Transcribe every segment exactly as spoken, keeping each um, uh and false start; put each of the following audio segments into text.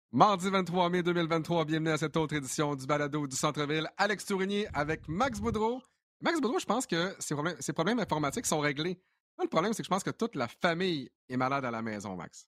Mardi vingt-trois mai deux mille vingt-trois, bienvenue à cette autre édition du Balado du Centre-Ville. Alex Tourigny avec Max Boudreau. Max Boudreau, je pense que ses problèmes, ses problèmes informatiques sont réglés. Le problème, c'est que je pense que toute la famille est malade à la maison, Max.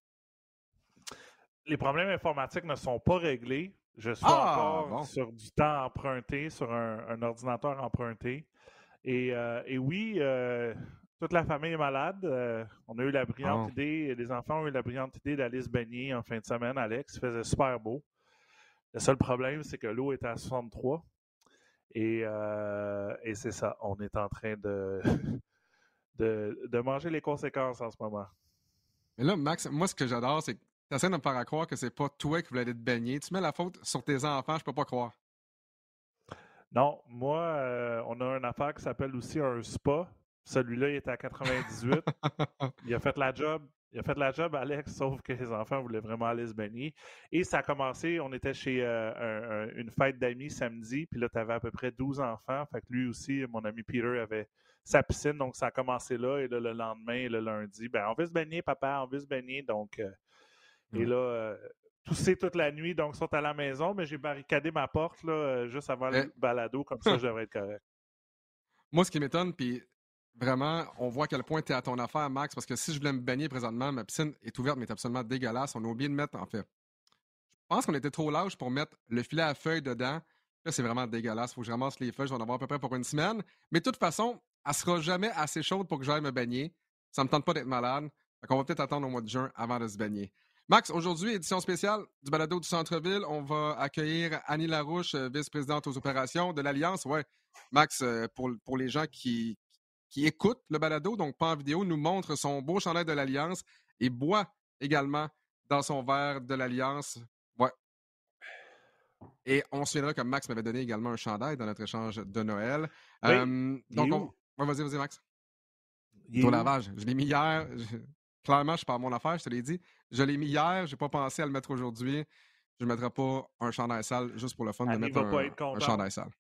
Les problèmes informatiques ne sont pas réglés. Je suis Ah, encore bon. sur du temps emprunté, sur un, un ordinateur emprunté. Et, euh, et oui, euh, toute la famille est malade. Euh, on a eu la brillante Oh. idée, les enfants ont eu la brillante idée d'aller se baigner en fin de semaine, Alex. Il faisait super beau. Le seul problème, c'est que l'eau était à soixante-trois. Et, euh, et c'est ça, on est en train de, de, de manger les conséquences en ce moment. Mais là, Max, moi, ce que j'adore, c'est que tu essaies de me faire croire que c'est pas toi qui voulais aller te baigner. Tu mets la faute sur tes enfants, je peux pas croire. Non, moi, euh, on a une affaire qui s'appelle aussi un spa. Celui-là, il était à quatre-vingt-dix-huit. Il a fait la job. Il a fait la job, Alex, sauf que les enfants voulaient vraiment aller se baigner. Et ça a commencé, on était chez euh, un, un, une fête d'amis samedi, puis là, tu avais à peu près douze enfants. Fait que lui aussi, mon ami Peter, avait sa piscine, donc ça a commencé là. Et là, le lendemain, le lundi, ben, on veut se baigner, papa, on veut se baigner. Donc, euh, et là, euh, toussé toute la nuit, donc ils sont à la maison, mais j'ai barricadé ma porte là, euh, juste avant Mais, le balado, comme ça, je devrais être correct. moi, ce qui m'étonne, puis vraiment, on voit à quel point tu es à ton affaire, Max, parce que si je voulais me baigner présentement, ma piscine est ouverte, mais est absolument dégueulasse. On a oublié de mettre, en fait. Je pense qu'on était trop large pour mettre le filet à feuilles dedans. Là, c'est vraiment dégueulasse. Faut que je ramasse les feuilles. Je vais en avoir à peu près pour une semaine. Mais de toute façon, elle sera jamais assez chaude pour que j'aille me baigner. Ça me tente pas d'être malade. Fait qu'on va peut-être attendre au mois de juin avant de se baigner. Max, aujourd'hui, édition spéciale du Balado du Centre-Ville. On va accueillir Annie Larouche, vice-présidente aux opérations de l'Alliance. Ouais, Max, pour, pour les gens qui, qui écoutent le Balado, donc pas en vidéo, nous montre son beau chandail de l'Alliance et boit également dans son verre de l'Alliance. Ouais. Et on se souviendra que Max m'avait donné également un chandail dans notre échange de Noël. Oui, Euh, il est donc, on... où? ouais, vas-y, vas-y, Max. Il Il est au est où? lavage. Je l'ai mis hier. Je... Clairement, je suis pas à mon affaire, je te l'ai dit. Je l'ai mis hier, j'ai pas pensé à le mettre aujourd'hui. Je ne mettrai pas un chandail sale juste pour le fun de Annie mettre va pas un, être un contente. chandail sale.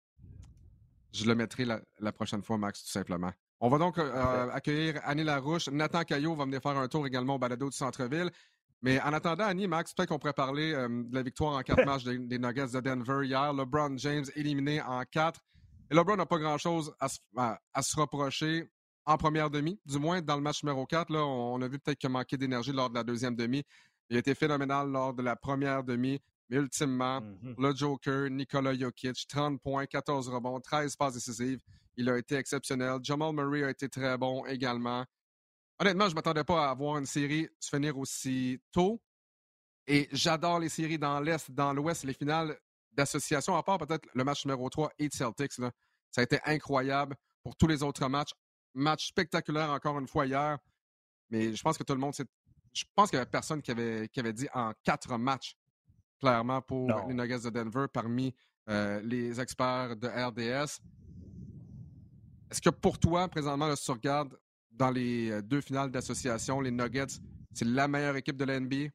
Je le mettrai la, la prochaine fois, Max, tout simplement. On va donc euh, accueillir Annie Larouche. Nathan Caillot va venir faire un tour également au balado du centre-ville. Mais en attendant, Annie, Max, peut-être qu'on pourrait parler euh, de la victoire en quatre matchs des, des Nuggets de Denver hier. LeBron James éliminé en quatre. Et LeBron n'a pas grand-chose à, à, à, se reprocher en première demi. Du moins, dans le match numéro quatre, là, on, on a vu peut-être qu'il a manqué d'énergie lors de la deuxième demi. Il a été phénoménal lors de la première demi. Mais ultimement, Mm-hmm. le Joker, Nikola Jokic, trente points, quatorze rebonds, treize passes décisives. Il a été exceptionnel. Jamal Murray a été très bon également. Honnêtement, je ne m'attendais pas à avoir une série se finir aussi tôt. Et j'adore les séries dans l'Est, dans l'Ouest, les finales d'association, à part peut-être le match numéro trois et Celtics. Là. Ça a été incroyable pour tous les autres matchs. Match spectaculaire encore une fois hier. Mais je pense que tout le monde sait. Je pense qu'il n'y avait personne qui avait, qui avait dit en quatre matchs, clairement, pour Non. les Nuggets de Denver parmi euh, les experts de R D S. Est-ce que pour toi, présentement, là, si tu regardes dans les deux finales d'association, les Nuggets, c'est la meilleure équipe de la N B A?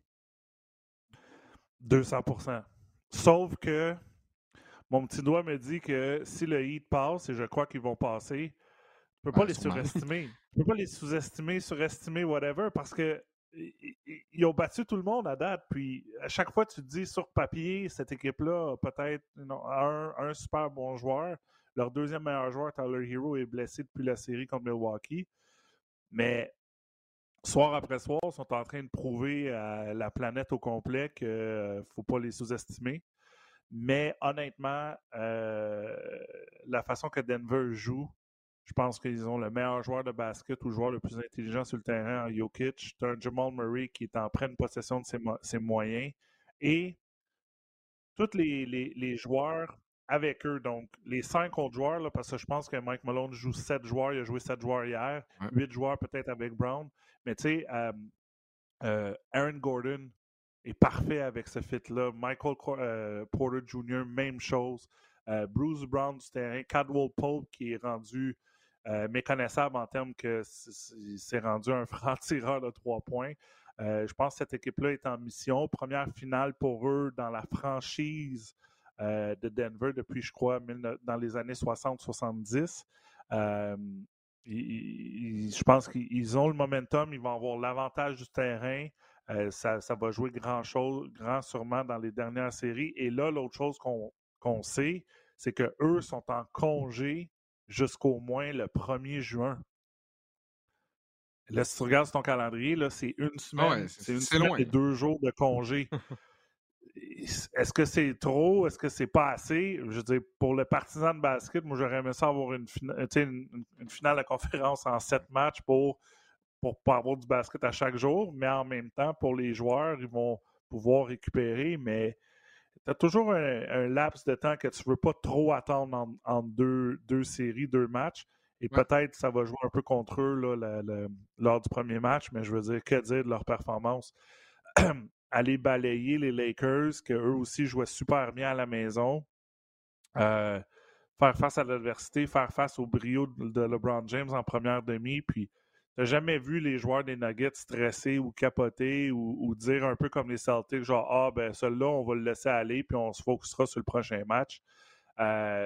deux cents pour cent. Sauf que mon petit doigt me dit que si le Heat passe, et je crois qu'ils vont passer, je ne peux pas Ouais, les sûrement. surestimer. Je ne peux pas les sous-estimer, surestimer, whatever, parce que ils ont battu tout le monde à date. Puis à chaque fois, tu te dis sur papier, cette équipe-là a peut-être you know, un, un super bon joueur. Leur deuxième meilleur joueur, Tyler Hero, est blessé depuis la série contre Milwaukee. Mais soir après soir, ils sont en train de prouver à la planète au complet qu'il ne faut pas les sous-estimer. Mais honnêtement, euh, la façon que Denver joue, je pense qu'ils ont le meilleur joueur de basket ou le joueur le plus intelligent sur le terrain en Jokic. Tu as un Jamal Murray qui est en pleine possession de ses, mo- ses moyens. Et tous les, les, les joueurs avec eux, donc les cinq autres joueurs, là, parce que je pense que Mike Malone joue sept joueurs, il a joué sept joueurs hier, Ouais. huit joueurs peut-être avec Brown. Mais tu sais, euh, euh, Aaron Gordon est parfait avec ce fit-là. Michael euh, Porter Junior, même chose. Euh, Bruce Brown du terrain. Caldwell Pope qui est rendu euh, méconnaissable en termes que c'est rendu un franc-tireur de trois points. Euh, je pense que cette équipe-là est en mission. Première finale pour eux dans la franchise euh, de Denver depuis, je crois, dans les années soixante soixante-dix. Euh, ils, ils, je pense qu'ils ont le momentum, ils vont avoir l'avantage du terrain. Euh, ça, ça va jouer grand chose, grand sûrement dans les dernières séries. Et là, l'autre chose qu'on, qu'on sait, c'est qu'eux sont en congé jusqu'au moins le premier juin. Là, si tu regardes ton calendrier, là, c'est une Ah semaine, ouais, c'est, c'est une c'est semaine loin. et deux jours de congé. Est-ce que c'est trop? Est-ce que c'est pas assez? Je veux dire, pour le partisan de basket, moi, j'aurais aimé ça avoir une, fina- une, une finale de conférence en sept matchs pour pour pas avoir du basket à chaque jour, mais en même temps, pour les joueurs, ils vont pouvoir récupérer, mais tu as toujours un, un laps de temps que tu ne veux pas trop attendre en, en deux, deux séries, deux matchs, et Ouais. peut-être ça va jouer un peu contre eux là, la, la, lors du premier match, mais je veux dire, que dire de leur performance? Aller balayer les Lakers, qu'eux aussi jouaient super bien à la maison, euh, faire face à l'adversité, faire face au brio de LeBron James en première demi, puis t'as jamais vu les joueurs des Nuggets stresser ou capoter ou, ou dire un peu comme les Celtics, genre « Ah, ben celui-là, on va le laisser aller, puis on se focusera sur le prochain match. Euh, »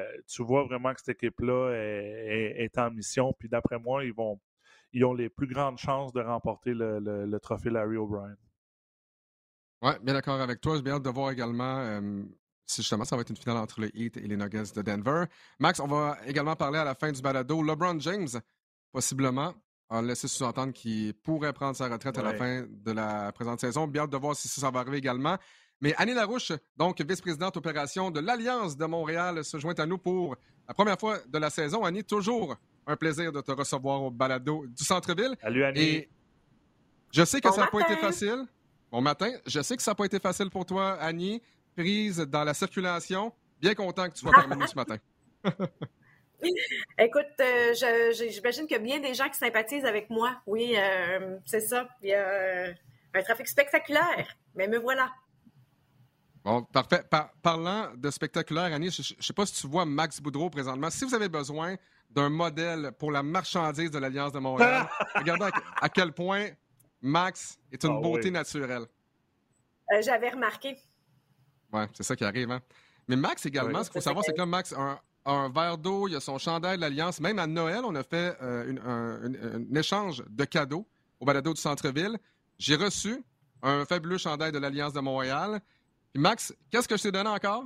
Tu vois vraiment que cette équipe-là est, est, est en mission, puis d'après moi, ils vont ils ont les plus grandes chances de remporter le, le, le trophée Larry O'Brien. Ouais, bien d'accord avec toi. J'ai bien hâte de voir également euh, si justement ça va être une finale entre le Heat et les Nuggets de Denver. Max, on va également parler à la fin du balado. LeBron James, possiblement, a laissé sous-entendre qu'il pourrait prendre sa retraite à la Ouais. fin de la présente saison. Bien hâte de voir si ça va arriver également. Mais Annie Larouche, donc vice-présidente opération de l'Alliance de Montréal, se joint à nous pour la première fois de la saison. Annie, toujours un plaisir de te recevoir au balado du Centre-Ville. Salut Annie. Et je sais que Bon ça n'a pas été matin. facile. Bon matin. Je sais que ça n'a pas été facile pour toi, Annie, prise dans la circulation. Bien content que tu sois parmi nous ce matin. Écoute, euh, je- je- j'imagine qu'il y a bien des gens qui sympathisent avec moi. Oui, euh, c'est ça. Il y a euh, un trafic spectaculaire. Mais me voilà. Bon, parfait. Par- parlant de spectaculaire, Annie, je ne sais pas si tu vois Max Boudreau présentement. Si vous avez besoin d'un modèle pour la marchandise de l'Alliance de Montréal, regardez à, à quel point Max est une Ah beauté oui. naturelle. Euh, j'avais remarqué. Ouais, c'est ça qui arrive, hein? Mais Max également, Ouais. ce qu'il faut C'est ça savoir, qui c'est que là, Max a un, a un verre d'eau, il a son chandail de l'Alliance. Même à Noël, on a fait euh, une- un, une- un échange de cadeaux au balado du centre-ville. J'ai reçu un fabuleux chandail de l'Alliance de Montréal. Puis Max, qu'est-ce que je t'ai donné encore?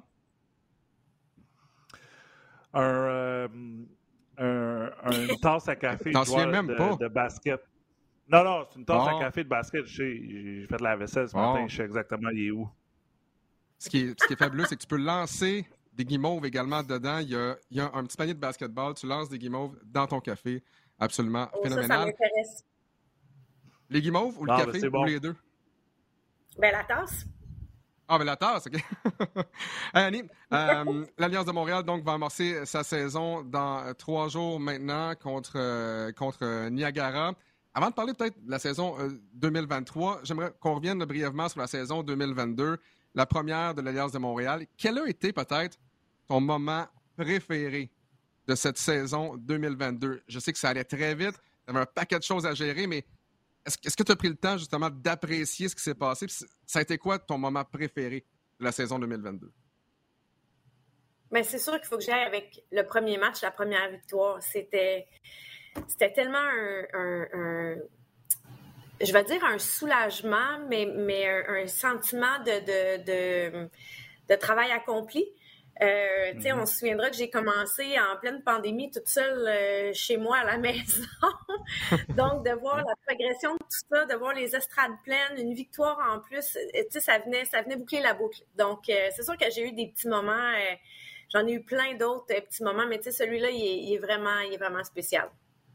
Un, euh, un, un- une tasse à café de T'en souviens joueur même de, pas? de basket. Non, non, c'est une tasse à Bon, café de basket. Je sais, j'ai fait de la vaisselle ce matin, bon. je sais exactement il est où. Ce qui est, ce qui est fabuleux, c'est que tu peux lancer des guimauves également dedans. Il y, a, il y a un petit panier de basketball. Tu lances des guimauves dans ton café. Absolument Oh, ça, ça phénoménal. m'intéresse. Les guimauves ou le Non, mais café c'est ou bon. les deux? Ben, la tasse. Ah, ben la tasse, OK. Hey, Annie, euh, l'Alliance de Montréal donc, va amorcer sa saison dans euh, trois jours maintenant contre, euh, contre euh, Niagara. Avant de parler peut-être de la saison euh, deux mille vingt-trois, j'aimerais qu'on revienne là, brièvement sur la saison deux mille vingt-deux, la première de l'Alliance de Montréal. Quel a été peut-être ton moment préféré de cette saison deux mille vingt-deux? Je sais que ça allait très vite, tu avais un paquet de choses à gérer, mais est-ce, est-ce que tu as pris le temps justement d'apprécier ce qui s'est passé? Puis ça a été quoi ton moment préféré de la saison deux mille vingt-deux? Mais c'est sûr qu'il faut que j'aille avec le premier match, la première victoire. C'était, c'était tellement un, un, un- je vais dire un soulagement, mais, mais un, un sentiment de, de, de, de travail accompli. Euh, tu sais, Mhm. on se souviendra que j'ai commencé en pleine pandémie toute seule euh, chez moi à la maison. Donc, de voir la progression de tout ça, de voir les estrades pleines, une victoire en plus, euh, tu sais, ça venait, ça venait boucler la boucle. Donc, euh, c'est sûr que j'ai eu des petits moments. euh, j'en ai eu plein d'autres euh, petits moments, mais tu sais, celui-là, il est, il est vraiment, il est vraiment spécial.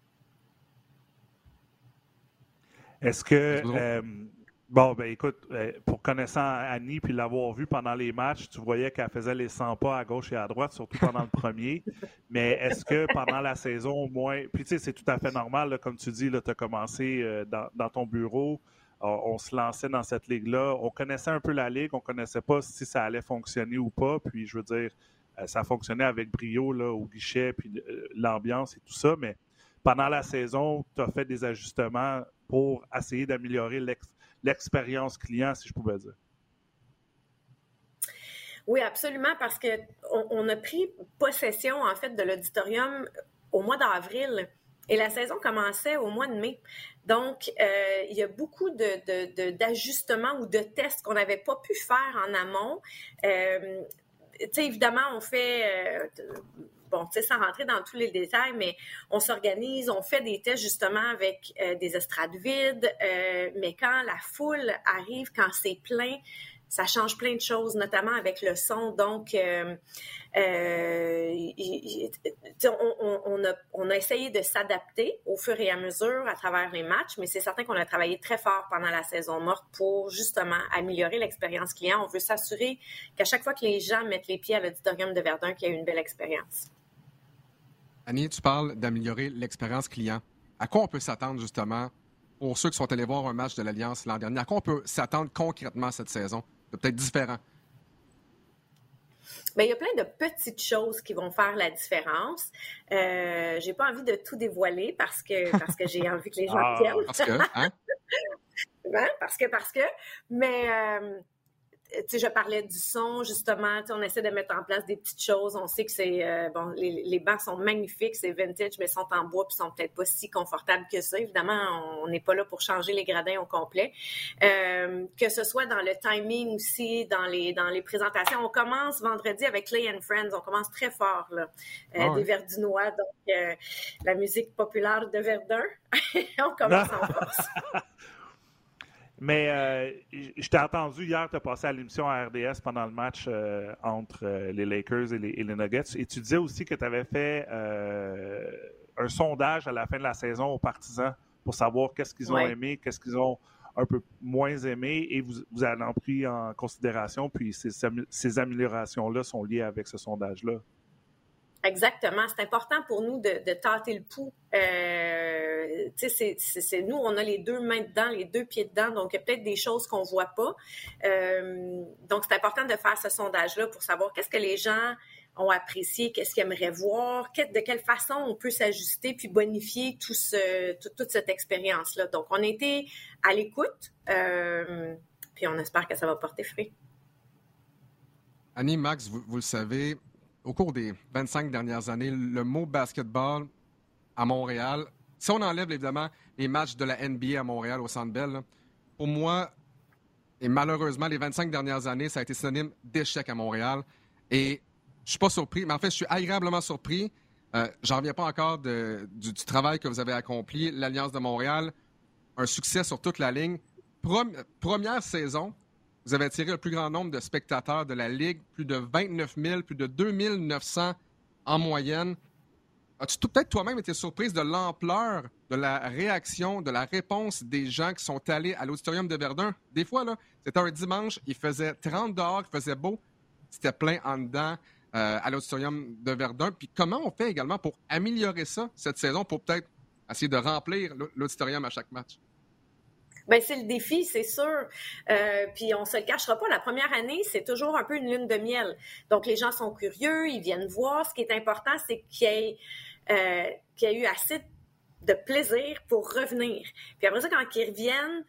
Est-ce que. Max Boudreau? euh, bon, ben écoute, euh, pour connaissant Annie puis l'avoir vue pendant les matchs, tu voyais qu'elle faisait les cent pas à gauche et à droite, surtout pendant le premier. Mais est-ce que pendant la saison, au moins. Puis tu sais, c'est tout à fait normal, là, comme tu dis, tu as commencé euh, dans, dans ton bureau. On, on se lançait dans cette ligue-là. On connaissait un peu la ligue. On connaissait pas si ça allait fonctionner ou pas. Puis je veux dire, euh, ça fonctionnait avec brio là, au guichet, puis euh, l'ambiance et tout ça. Mais pendant la saison, tu as fait des ajustements pour essayer d'améliorer l'ex- l'expérience client, si je pouvais dire. Oui, absolument, parce qu'on on a pris possession, en fait, de l'auditorium au mois d'avril. et la saison commençait au mois de mai. Donc, euh, il y a beaucoup de, de, de, d'ajustements ou de tests qu'on n'avait pas pu faire en amont. Euh, tu sais, évidemment, on fait... Euh, bon, tu sais, sans rentrer dans tous les détails, mais on s'organise, on fait des tests justement avec euh, des estrades vides, euh, mais quand la foule arrive, quand c'est plein, ça change plein de choses, notamment avec le son. Donc, euh, euh, on, on, on, a, on a essayé de s'adapter au fur et à mesure à travers les matchs, mais c'est certain qu'on a travaillé très fort pendant la saison morte pour justement améliorer l'expérience client. On veut s'assurer qu'à chaque fois que les gens mettent les pieds à l'Auditorium de Verdun, qu'il y ait une belle expérience. Annie, tu parles d'améliorer l'expérience client. À quoi on peut s'attendre justement pour ceux qui sont allés voir un match de l'Alliance l'an dernier? À quoi on peut s'attendre concrètement cette saison? De peut-être différent. Bien, il y a plein de petites choses qui vont faire la différence. Euh, j'ai pas envie de tout dévoiler parce que parce que j'ai envie que les gens ah, viennent. Parce que, hein? hein? Parce que, parce que. Mais euh, tu sais, je parlais du son, justement. On essaie de mettre en place des petites choses. On sait que c'est... Euh, bon, les, les bancs sont magnifiques, c'est vintage, mais sont en bois puis sont peut-être pas si confortables que ça. Évidemment, on n'est pas là pour changer les gradins au complet. Euh, que ce soit dans le timing aussi, dans les, dans les présentations. On commence vendredi avec Clay and Friends. On commence très fort, là. Euh, oh, des ouais. Verdunois, donc euh, la musique populaire de Verdun. On commence en force. Mais euh, je t'ai entendu hier, tu as passé à l'émission à R D S pendant le match euh, entre euh, les Lakers et les, et les Nuggets. Et tu disais aussi que tu avais fait euh, un sondage à la fin de la saison aux partisans pour savoir qu'est-ce qu'ils ont ouais. aimé, qu'est-ce qu'ils ont un peu moins aimé. Et vous, vous en avez pris en considération. Puis ces, ces améliorations-là sont liées avec ce sondage-là. Exactement. C'est important pour nous de, de tâter le pouls. Euh, tu sais, c'est, c'est, c'est nous, on a les deux mains dedans, les deux pieds dedans, donc il y a peut-être des choses qu'on voit pas. Euh, donc, c'est important de faire ce sondage-là pour savoir qu'est-ce que les gens ont apprécié, qu'est-ce qu'ils aimeraient voir, que, de quelle façon on peut s'ajuster puis bonifier tout ce, tout, toute cette expérience-là. Donc, on a été à l'écoute, euh, puis on espère que ça va porter fruit. Annie, Max, vous, vous le savez, au cours des vingt-cinq dernières années, le mot basketball à Montréal, si on enlève évidemment les matchs de la N B A à Montréal au Centre Bell, là, pour moi, et malheureusement, les vingt-cinq dernières années, ça a été synonyme d'échec à Montréal. Et je suis pas surpris, mais en fait, je suis agréablement surpris. Euh, j'en reviens pas encore de, du, du travail que vous avez accompli. L'Alliance de Montréal, un succès sur toute la ligne. Premi- première saison, vous avez attiré le plus grand nombre de spectateurs de la Ligue, plus de vingt-neuf mille, plus de deux mille neuf cents en moyenne. As-tu peut-être toi-même été surprise de l'ampleur de la réaction, de la réponse des gens qui sont allés à l'Auditorium de Verdun? Des fois, là, c'était un dimanche, il faisait trente dehors, il faisait beau, c'était plein en dedans euh, à l'Auditorium de Verdun. Puis comment on fait également pour améliorer ça cette saison, pour peut-être essayer de remplir l'Auditorium à chaque match? Bien, c'est le défi, c'est sûr. Euh, puis on se le cachera pas, la première année, c'est toujours un peu une lune de miel. Donc, les gens sont curieux, ils viennent voir. Ce qui est important, c'est qu'il y ait, euh, qu'il y ait eu assez de plaisir pour revenir. Puis après ça, quand ils reviennent,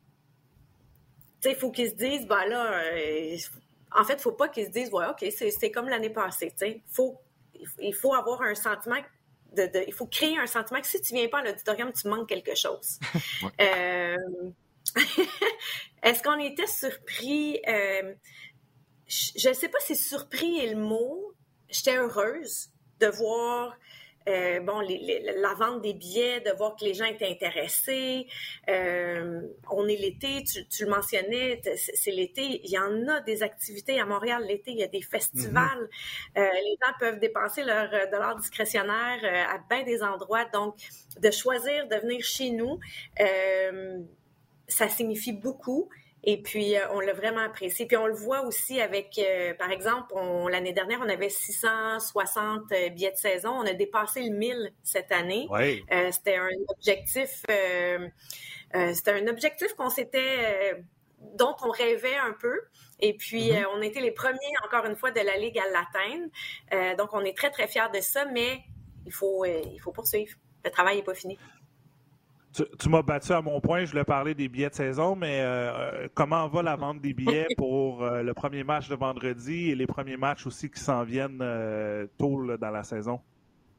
tu sais, il faut qu'ils se disent, ben là, euh, en fait, il ne faut pas qu'ils se disent, ouais, OK, c'est, c'est comme l'année passée, tu sais. Faut, il faut avoir un sentiment... De, de, il faut créer un sentiment que si tu ne viens pas à l'auditorium, tu manques quelque chose. ouais. euh, est-ce qu'on était surpris? Euh, je ne sais pas si surpris est le mot. J'étais heureuse de voir euh, bon, les, les, la vente des billets, de voir que les gens étaient intéressés. Euh, on est l'été, tu, tu le mentionnais, c'est, c'est l'été. Il y en a des activités à Montréal l'été, il y a des festivals. Mm-hmm. Euh, les gens peuvent dépenser leur dollar discrétionnaire euh, à bien des endroits. Donc, de choisir de venir chez nous, euh, ça signifie beaucoup. Et puis, euh, on l'a vraiment apprécié. Puis, on le voit aussi avec, euh, par exemple, on, l'année dernière, on avait six cent soixante euh, billets de saison. On a dépassé le mille cette année. Oui. Euh, c'était un objectif, euh, euh, c'était un objectif qu'on s'était, euh, dont on rêvait un peu. Et puis, mm-hmm. euh, on a été les premiers, encore une fois, de la Ligue à l'atteindre. Euh, donc, on est très, très fiers de ça, mais il faut, euh, il faut poursuivre. Le travail n'est pas fini. Tu, tu m'as battu à mon point, je voulais parler des billets de saison, mais euh, comment va la vente des billets pour euh, le premier match de vendredi et les premiers matchs aussi qui s'en viennent euh, tôt là, dans la saison?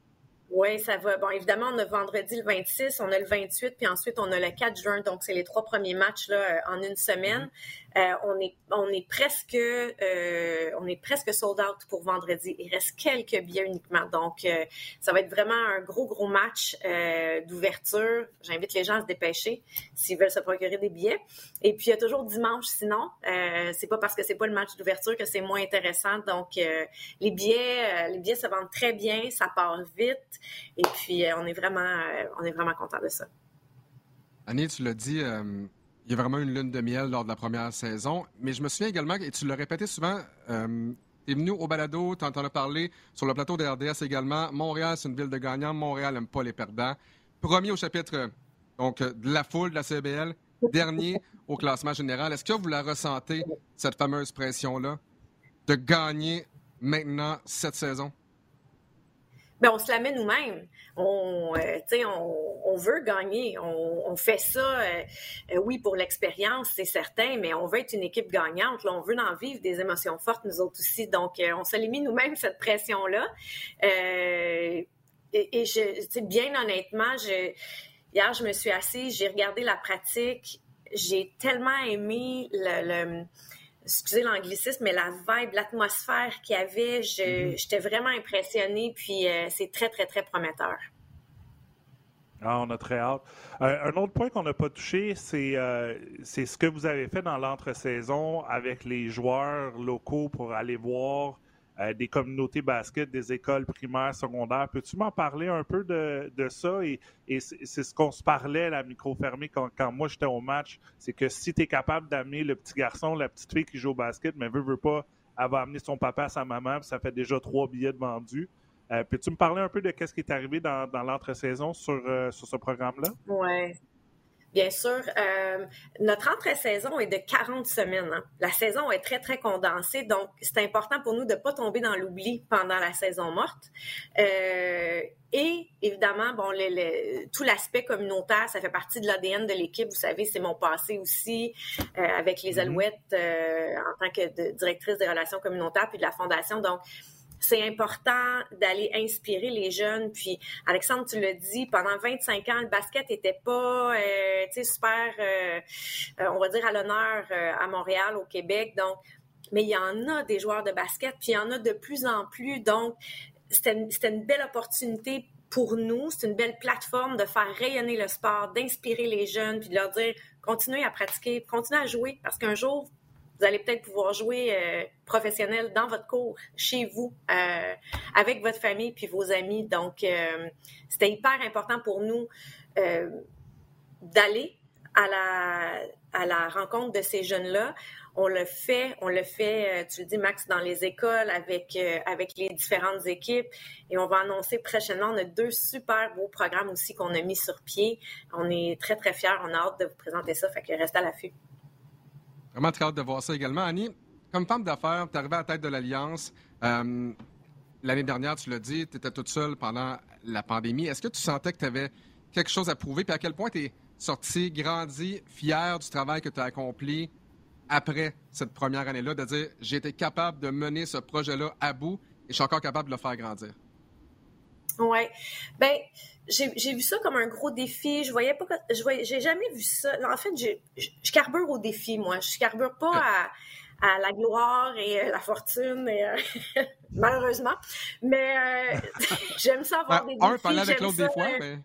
Oui, ça va. Bon, évidemment, on a vendredi le vingt-six, on a le vingt-huit, puis ensuite on a le quatre juin. Donc, c'est les trois premiers matchs là, en une semaine. Euh, on est on est presque euh, on est presque sold out pour vendredi. Il reste quelques billets uniquement. Donc, euh, ça va être vraiment un gros, gros match euh, d'ouverture. J'invite les gens à se dépêcher s'ils veulent se procurer des billets. Et puis, il y a toujours dimanche sinon. Euh, c'est pas parce que c'est pas le match d'ouverture que c'est moins intéressant. Donc, euh, les billets, euh, les billets se vendent très bien, ça part vite. Et puis, euh, on est vraiment euh, on est vraiment content de ça. Annie, tu l'as dit, euh, il y a vraiment une lune de miel lors de la première saison. Mais je me souviens également, et tu l'as répété souvent, euh, tu es venu au balado, tu en as parlé sur le plateau de R D S également. Montréal, c'est une ville de gagnants. Montréal n'aime pas les perdants. Premier au chapitre donc, de la foule de la C B L, dernier au classement général. Est-ce que vous la ressentez, cette fameuse pression-là, de gagner maintenant cette saison? Bien, on se la met nous-mêmes. On, euh, on, on veut gagner. On, on fait ça, euh, euh, oui, pour l'expérience, c'est certain, mais on veut être une équipe gagnante. Là, on veut en vivre des émotions fortes, nous autres aussi. Donc, euh, on se l'est mis nous-mêmes, cette pression-là. Euh, et et je, bien honnêtement, je, hier, je me suis assise, j'ai regardé la pratique. J'ai tellement aimé le... le excusez l'anglicisme, mais la vibe, l'atmosphère qu'il y avait, je, mm-hmm. j'étais vraiment impressionnée, puis euh, c'est très, très, très prometteur. Ah, on a très hâte. Euh, un autre point qu'on n'a pas touché, c'est, euh, c'est ce que vous avez fait dans l'entre-saison avec les joueurs locaux pour aller voir euh, des communautés basket, des écoles primaires, secondaires. Peux-tu m'en parler un peu de, de ça? Et, et c'est, c'est ce qu'on se parlait à la micro fermée quand, quand moi j'étais au match. C'est que si tu es capable d'amener le petit garçon, la petite fille qui joue au basket, mais veut, veut pas, elle va amener son papa, sa maman, puis ça fait déjà trois billets de vendus. Euh, peux-tu me parler un peu de ce qui est arrivé dans, dans l'entre-saison sur, euh, sur ce programme-là? Oui. Bien sûr. Euh, notre entre-saison est de quarante semaines. Hein. La saison est très, très condensée, donc c'est important pour nous de ne pas tomber dans l'oubli pendant la saison morte. Euh, et évidemment, bon, le, le, tout l'aspect communautaire, ça fait partie de l'A D N de l'équipe. Vous savez, c'est mon passé aussi euh, avec les Alouettes euh, en tant que de, directrice des relations communautaires puis de la Fondation. Donc, c'est important d'aller inspirer les jeunes. Puis, Alexandre, tu l'as dit, pendant vingt-cinq ans, le basket n'était pas, euh, tu sais, super, euh, euh, on va dire, à l'honneur euh, à Montréal, au Québec. Donc, mais il y en a des joueurs de basket, puis il y en a de plus en plus. Donc, c'était une, c'était une belle opportunité pour nous. C'est une belle plateforme de faire rayonner le sport, d'inspirer les jeunes, puis de leur dire, continuez à pratiquer, continuez à jouer, parce qu'un jour, vous allez peut-être pouvoir jouer euh, professionnel dans votre cours, chez vous, euh, avec votre famille puis vos amis. Donc, euh, c'était hyper important pour nous euh, d'aller à la, à la rencontre de ces jeunes-là. On le fait, on le fait, tu le dis, Max, dans les écoles, avec, euh, avec les différentes équipes. Et on va annoncer prochainement, on a deux super beaux programmes aussi qu'on a mis sur pied. On est très, très fiers. On a hâte de vous présenter ça. Fait que restez à l'affût. Vraiment très hâte de voir ça également. Annie, comme femme d'affaires, tu es arrivée à la tête de l'Alliance. Euh, l'année dernière, tu l'as dit, tu étais toute seule pendant la pandémie. Est-ce que tu sentais que tu avais quelque chose à prouver? Puis à quel point tu es sortie, grandie, fière du travail que tu as accompli après cette première année-là, de dire j'ai été capable de mener ce projet-là à bout et je suis encore capable de le faire grandir? Oui. Bien, j'ai, j'ai vu ça comme un gros défi. Je voyais pas que, je voyais, j'ai jamais vu ça. En fait, j'ai, je, je carbure au défi, moi. Je carbure pas à, à la gloire et euh, la fortune, et, euh, malheureusement. Mais euh, j'aime ça avoir des un, défis. parler avec l'autre ça, des fois, euh... mais...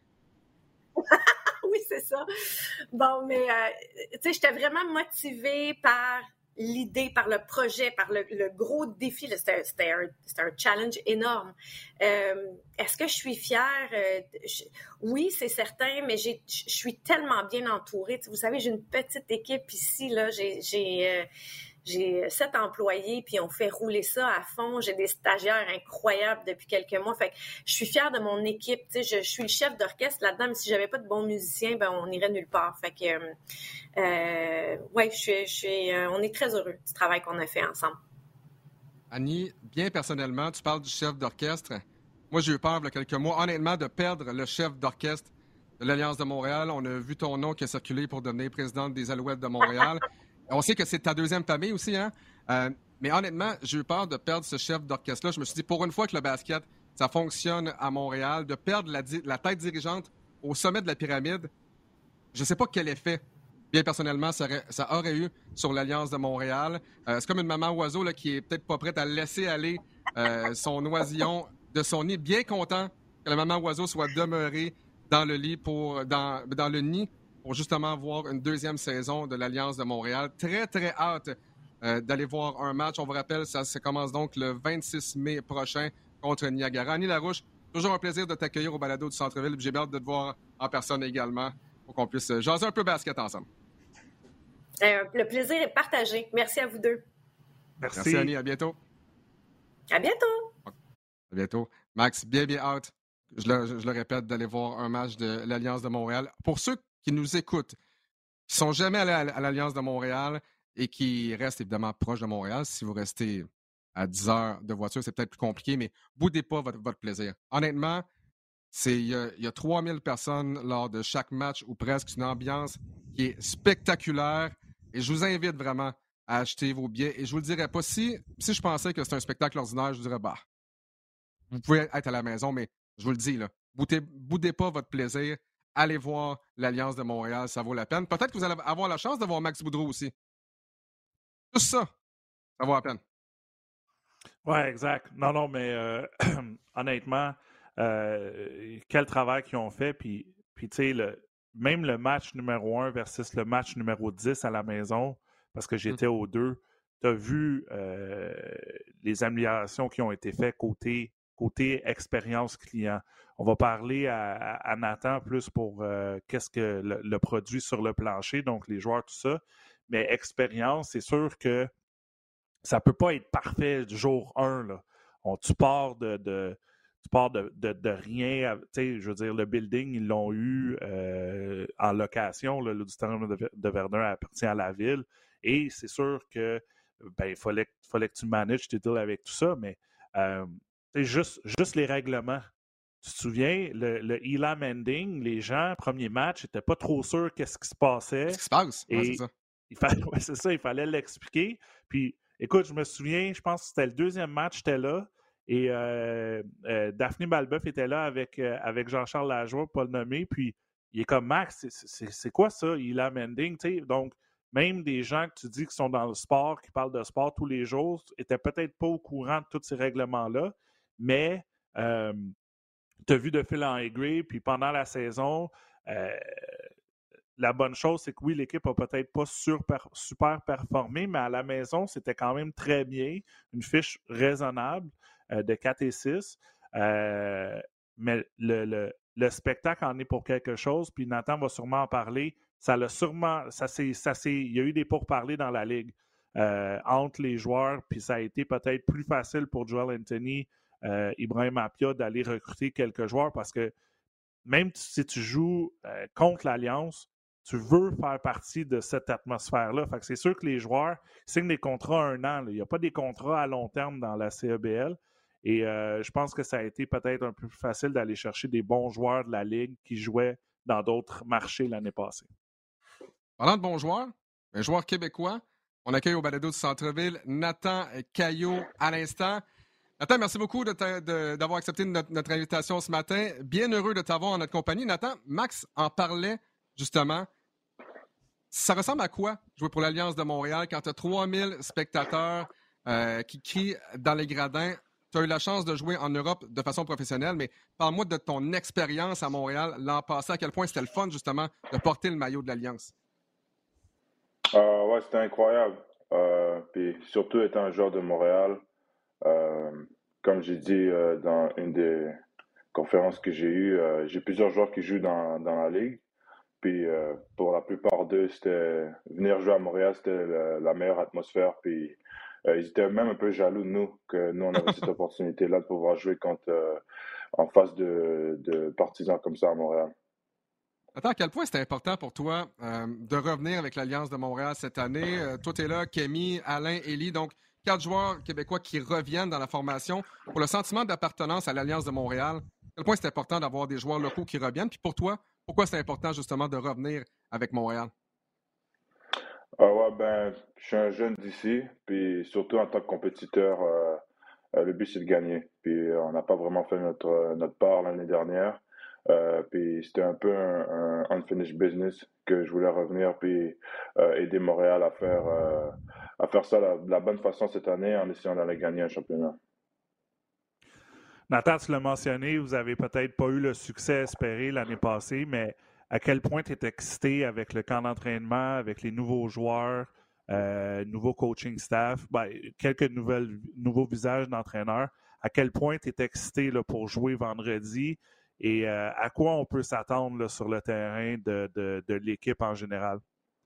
Oui, c'est ça. Bon, mais, euh, tu sais, j'étais vraiment motivée par l'idée, par le projet, par le, le gros défi. Là, c'était, c'était, un, c'était un challenge énorme. Euh, est-ce que je suis fière? Euh, je, oui, c'est certain, mais j'ai, je suis tellement bien entourée. Vous savez, j'ai une petite équipe ici. Là, j'ai, j'ai, euh, j'ai sept employés, puis on fait rouler ça à fond. J'ai des stagiaires incroyables depuis quelques mois. Fait que je suis fière de mon équipe. Tu sais, je, je suis le chef d'orchestre là-dedans, mais si j'avais pas de bons musiciens, ben on irait nulle part. Fait que, euh, ouais, je suis, je suis, euh, on est très heureux du travail qu'on a fait ensemble. Annie, bien personnellement, tu parles du chef d'orchestre. Moi, j'ai eu peur il y a quelques mois, honnêtement, de perdre le chef d'orchestre de l'Alliance de Montréal. On a vu ton nom qui a circulé pour devenir présidente des Alouettes de Montréal. On sait que c'est ta deuxième famille aussi, hein? Euh, mais honnêtement, j'ai eu peur de perdre ce chef d'orchestre-là. Je me suis dit, pour une fois que le basket ça fonctionne à Montréal, de perdre la, la tête dirigeante au sommet de la pyramide, je ne sais pas quel effet, bien personnellement, ça aurait, ça aurait eu sur l'Alliance de Montréal. Euh, c'est comme une maman oiseau là, qui est peut-être pas prête à laisser aller euh, son oisillon de son nid, bien content que la maman oiseau soit demeurée dans le lit pour dans, dans le nid pour justement voir une deuxième saison de l'Alliance de Montréal. Très, très hâte euh, d'aller voir un match. On vous rappelle, ça, ça commence donc le vingt-six mai prochain contre Niagara. Annie Larouche, toujours un plaisir de t'accueillir au balado du Centre-Ville. J'ai hâte de te voir en personne également pour qu'on puisse jaser un peu basket ensemble. Euh, le plaisir est partagé. Merci à vous deux. Merci. Merci Annie, à bientôt. À bientôt. À bientôt. Max, bien, bien hâte, je le, je, je le répète, d'aller voir un match de l'Alliance de Montréal. Pour ceux qui nous écoutent, qui ne sont jamais allés à l'Alliance de Montréal et qui restent évidemment proches de Montréal, si vous restez à dix heures de voiture, c'est peut-être plus compliqué, mais boudez pas votre, votre plaisir. Honnêtement, il y, y a trois mille personnes lors de chaque match ou presque, une ambiance qui est spectaculaire et je vous invite vraiment à acheter vos billets et je vous le dirais pas, si, si je pensais que c'était un spectacle ordinaire, je vous dirais, bah, vous pouvez être à la maison, mais je vous le dis, là, boudez, boudez pas votre plaisir, allez voir l'Alliance de Montréal, ça vaut la peine. Peut-être que vous allez avoir la chance de voir Max Boudreau aussi. Tout ça, ça vaut la peine. Oui, exact. Non, non, mais euh, honnêtement, euh, quel travail qu'ils ont fait. Puis, puis tu sais, le, même le match numéro un versus le match numéro dix à la maison, parce que j'étais mmh. aux deux, tu as vu euh, les améliorations qui ont été faites côté, côté expérience client. On va parler à, à, à Nathan plus pour euh, qu'est-ce que le, le produit sur le plancher, donc les joueurs, tout ça. Mais expérience, c'est sûr que ça ne peut pas être parfait du jour un. Là. On, tu pars de, de, tu pars de, de, de rien. Je veux dire, le building, ils l'ont eu euh, en location. Là, l'auditorium de, de Verdun appartient à la ville. Et c'est sûr que ben, il fallait, fallait que tu manages tes deals avec tout ça. Mais euh, juste, juste les règlements. Tu te souviens, le, le Elam Ending, les gens, premier match, n'étaient pas trop sûrs qu'est-ce qui se passait. Qu'est-ce qui se passe? Et ouais, c'est ça. Il fallait, ouais, c'est ça, il fallait l'expliquer. Puis, écoute, je me souviens, je pense que c'était le deuxième match, j'étais là. Et euh, euh, Daphné Balbeuf était là avec, euh, avec Jean-Charles Lajoie, pas le nommer. Puis, il est comme Max, c'est, c'est, c'est quoi ça, Elam Ending? Tu sais, donc, même des gens que tu dis qui sont dans le sport, qui parlent de sport tous les jours, étaient peut-être pas au courant de tous ces règlements-là. Mais, euh, tu as vu de fil en aiguille, puis pendant la saison, euh, la bonne chose, c'est que oui, l'équipe n'a peut-être pas super, super performé, mais à la maison, c'était quand même très bien. Une fiche raisonnable euh, de quatre et six. Euh, mais le, le, le spectacle en est pour quelque chose, puis Nathan va sûrement en parler. Ça l'a sûrement. Ça c'est, ça c'est, il y a eu des pourparlers dans la ligue euh, entre les joueurs, puis ça a été peut-être plus facile pour Joel Anthony, euh, Ibrahim Apia d'aller recruter quelques joueurs parce que même si tu joues euh, contre l'Alliance, tu veux faire partie de cette atmosphère-là. Fait que c'est sûr que les joueurs signent des contrats à un an. Là. Il n'y a pas des contrats à long terme dans la C E B L. Et euh, je pense que ça a été peut-être un peu plus facile d'aller chercher des bons joueurs de la Ligue qui jouaient dans d'autres marchés l'année passée. Parlant de bons joueurs, un joueur québécois, on accueille au balado du Centre-Ville Nathan Caillot à l'instant. Nathan, merci beaucoup de de, d'avoir accepté notre, notre invitation ce matin. Bien heureux de t'avoir en notre compagnie. Nathan, Max en parlait justement. Ça ressemble à quoi jouer pour l'Alliance de Montréal quand tu as trois mille spectateurs euh, qui crient dans les gradins? Tu as eu la chance de jouer en Europe de façon professionnelle, mais parle-moi de ton expérience à Montréal l'an passé, à quel point c'était le fun justement de porter le maillot de l'Alliance. Euh, ouais, c'était incroyable. Euh, puis surtout étant un joueur de Montréal, euh, comme j'ai dit euh, dans une des conférences que j'ai eues, euh, j'ai plusieurs joueurs qui jouent dans, dans la ligue. Puis euh, pour la plupart d'eux, c'était venir jouer à Montréal, c'était la, la meilleure atmosphère. Puis euh, ils étaient même un peu jaloux de nous, que nous, on avait cette opportunité-là de pouvoir jouer contre, euh, en face de, de partisans comme ça à Montréal. Attends, à quel point c'était important pour toi euh, de revenir avec l'Alliance de Montréal cette année? Euh, toi, tu es là, Kémy, Alain, Élie, donc quatre joueurs québécois qui reviennent dans la formation. Pour le sentiment d'appartenance à l'Alliance de Montréal, à quel point c'est important d'avoir des joueurs locaux qui reviennent? Puis pour toi, pourquoi c'est important justement de revenir avec Montréal? Euh, ouais, ben, je suis un jeune d'ici, puis surtout en tant que compétiteur, euh, Euh, le but, c'est de gagner. Puis on n'a pas vraiment fait notre, notre part l'année dernière. Euh, puis c'était un peu un, un unfinished business que je voulais revenir puis euh, aider Montréal à faire, euh, à faire ça la- de la bonne façon cette année en essayant d'aller gagner un championnat. Nathan, tu l'as mentionné, vous n'avez peut-être pas eu le succès espéré l'année passée, mais à quel point tu es excité avec le camp d'entraînement, avec les nouveaux joueurs, euh, nouveau coaching staff, ben, quelques nouvelles, nouveaux visages d'entraîneurs. À quel point tu es excité là, pour jouer vendredi et euh, à quoi on peut s'attendre là, sur le terrain de, de, de l'équipe en général?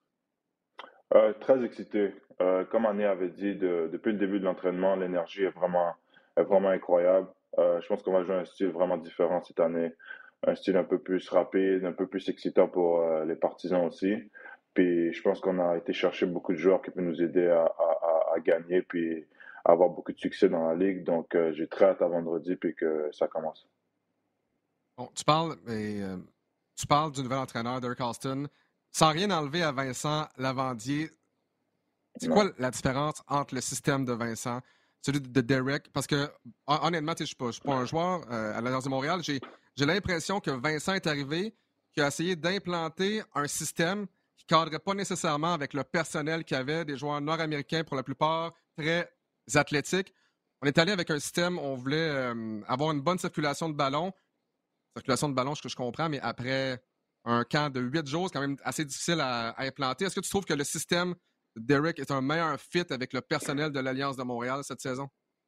Euh, très excité. Euh, comme Annie avait dit, de- depuis le début de l'entraînement, l'énergie est vraiment, est vraiment incroyable. Euh, je pense qu'on va jouer un style vraiment différent cette année. Un style un peu plus rapide, un peu plus excitant pour euh, les partisans aussi. Puis je pense qu'on a été chercher beaucoup de joueurs qui peuvent nous aider à, à, à, à gagner puis à avoir beaucoup de succès dans la ligue. Donc euh, j'ai très hâte à vendredi puis que ça commence. Bon, tu parles, mais, euh, tu parles du nouvel entraîneur, Derek Austin. Sans rien enlever à Vincent Lavandier, c'est Non. quoi la différence entre le système de Vincent, celui de Derek? Parce que, hon- honnêtement, tu sais, je ne suis pas un joueur euh, à l'Alliance de Montréal. J'ai j'ai l'impression que Vincent est arrivé, qui a essayé d'implanter un système qui ne cadrait pas nécessairement avec le personnel qu'il y avait, des joueurs nord-américains pour la plupart, très athlétiques. On est allé avec un système, on voulait euh, avoir une bonne circulation de ballon. Circulation de ballon, ce que je comprends, mais après un camp de huit jours, c'est quand même assez difficile à, à implanter. Est-ce que tu trouves que le système de Derek est un meilleur fit avec le personnel de l'Alliance de Montréal cette saison?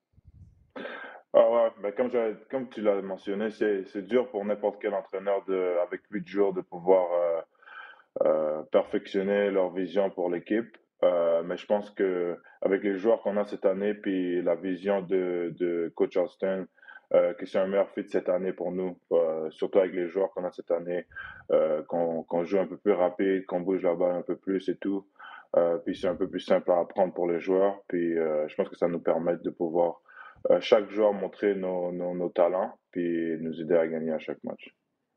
Ah ouais, ben comme, j'avais- comme tu l'as mentionné, c'est c'est dur pour n'importe quel entraîneur de, avec huit jours de pouvoir euh, euh, perfectionner leur vision pour l'équipe. Euh, mais je pense que avec les joueurs qu'on a cette année, puis la vision de, de Coach Austin, euh, que c'est un meilleur fit cette année pour nous, euh, surtout avec les joueurs qu'on a cette année, euh, qu'on qu'on joue un peu plus rapide, qu'on bouge la balle un peu plus et tout. Euh, puis c'est un peu plus simple à apprendre pour les joueurs. Puis euh, je pense que ça nous permet de pouvoir euh, chaque joueur montrer nos, nos, nos talents, puis nous aider à gagner à chaque match.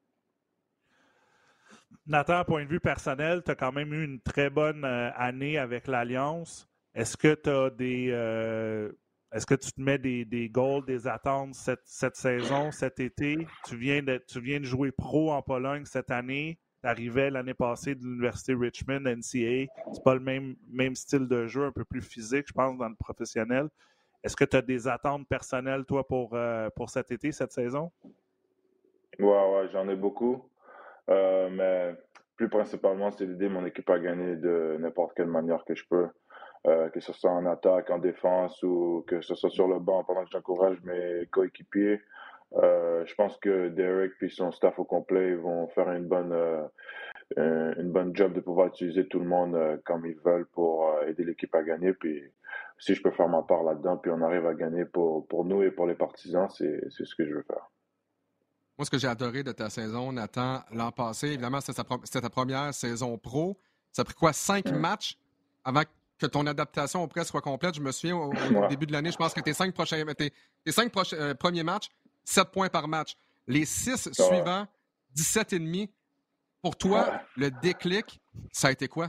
Nathan, point de vue personnel, tu as quand même eu une très bonne euh, année avec l'Alliance. Est-ce que tu as des. Euh, est-ce que tu te mets des, des goals, des attentes cette, cette saison, cet été? Tu viens, de, tu viens de jouer pro en Pologne cette année. Tu arrivais l'année passée de l'Université Richmond, N C A A. C'est pas le même, même style de jeu, un peu plus physique, je pense, dans le professionnel. Est-ce que tu as des attentes personnelles, toi, pour, euh, pour cet été, cette saison? Ouais, ouais, j'en ai beaucoup. Euh, mais plus principalement, c'est d'aider mon équipe à gagner de n'importe quelle manière que je peux. Euh, que ce soit en attaque, en défense ou que ce soit sur le banc pendant que j'encourage mes coéquipiers. Euh, je pense que Derek et son staff au complet ils vont faire une bonne, euh, une bonne job de pouvoir utiliser tout le monde euh, comme ils veulent pour euh, aider l'équipe à gagner. Puis si je peux faire ma part là-dedans, puis on arrive à gagner pour, pour nous et pour les partisans, c'est, c'est ce que je veux faire. Moi, ce que j'ai adoré de ta saison, Nathan, l'an passé, évidemment, c'était, sa pro- c'était ta première saison pro. Ça a pris quoi, cinq Mm. matchs avant que ton adaptation au presse soit complète? Je me souviens, au, au Ouais. début de l'année, je pense que tes cinq, prochains, tes, tes cinq prochains, euh, premiers matchs, sept points par match. Les six Ouais. suivants, dix-sept et demi. Pour toi, Ouais. le déclic, ça a été quoi?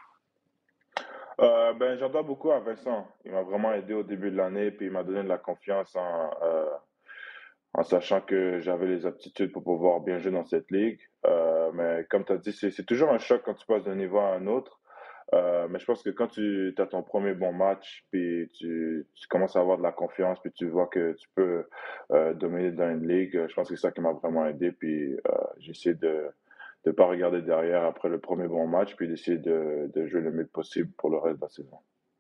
Euh, ben, j'en dois beaucoup à Vincent. Il m'a vraiment aidé au début de l'année, puis il m'a donné de la confiance en, euh, en sachant que j'avais les aptitudes pour pouvoir bien jouer dans cette ligue. Euh, mais comme tu as dit, c'est, c'est toujours un choc quand tu passes d'un niveau à un autre. Euh, mais je pense que quand tu as ton premier bon match, puis tu, tu commences à avoir de la confiance, puis tu vois que tu peux euh, dominer dans une ligue, je pense que c'est ça qui m'a vraiment aidé. Puis euh, j'essaie de ne pas regarder derrière après le premier bon match, puis d'essayer de, de jouer le mieux possible pour le reste de la saison.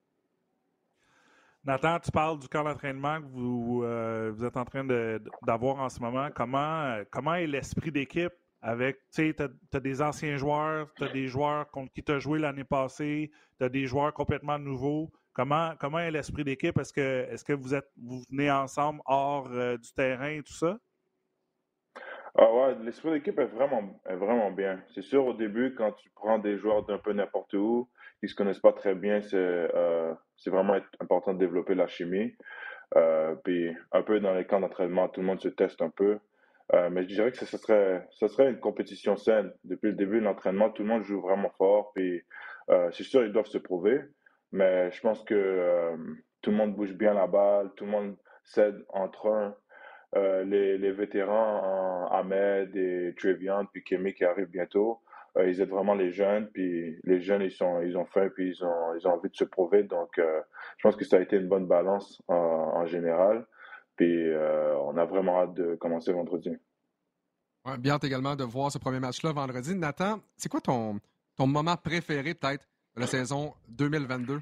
Nathan, tu parles du camp d'entraînement que vous, euh, vous êtes en train de, d'avoir en ce moment. Comment, comment est l'esprit d'équipe avec, tu sais, tu as des anciens joueurs, tu as des joueurs contre qui tu as joué l'année passée, tu as des joueurs complètement nouveaux. Comment, comment est l'esprit d'équipe? Est-ce que, est-ce que vous, êtes, vous venez ensemble hors euh, du terrain et tout ça? Ah ouais, l'esprit d'équipe est vraiment, est vraiment bien. C'est sûr, au début, quand tu prends des joueurs d'un peu n'importe où, qui se connaissent pas très bien, c'est euh, c'est vraiment important de développer la chimie. Euh, puis un peu dans les camps d'entraînement, tout le monde se teste un peu. Euh, mais je dirais que ce ce serait, ce serait une compétition saine. Depuis le début de l'entraînement, tout le monde joue vraiment fort. Puis euh, c'est sûr, ils doivent se prouver. Mais je pense que euh, tout le monde bouge bien la balle, tout le monde s'aident entre eux. Euh, les, les vétérans, en Ahmed et Trevian, puis Kémy qui arrive bientôt, euh, ils aident vraiment les jeunes, puis les jeunes, ils sont, ils ont faim, puis ils ont, ils ont envie de se prouver. Donc, euh, je pense que ça a été une bonne balance en, en général. Puis, euh, on a vraiment hâte de commencer vendredi. Ouais, bien hâte également de voir ce premier match-là vendredi. Nathan, c'est quoi ton, ton moment préféré, peut-être, de la saison deux mille vingt-deux?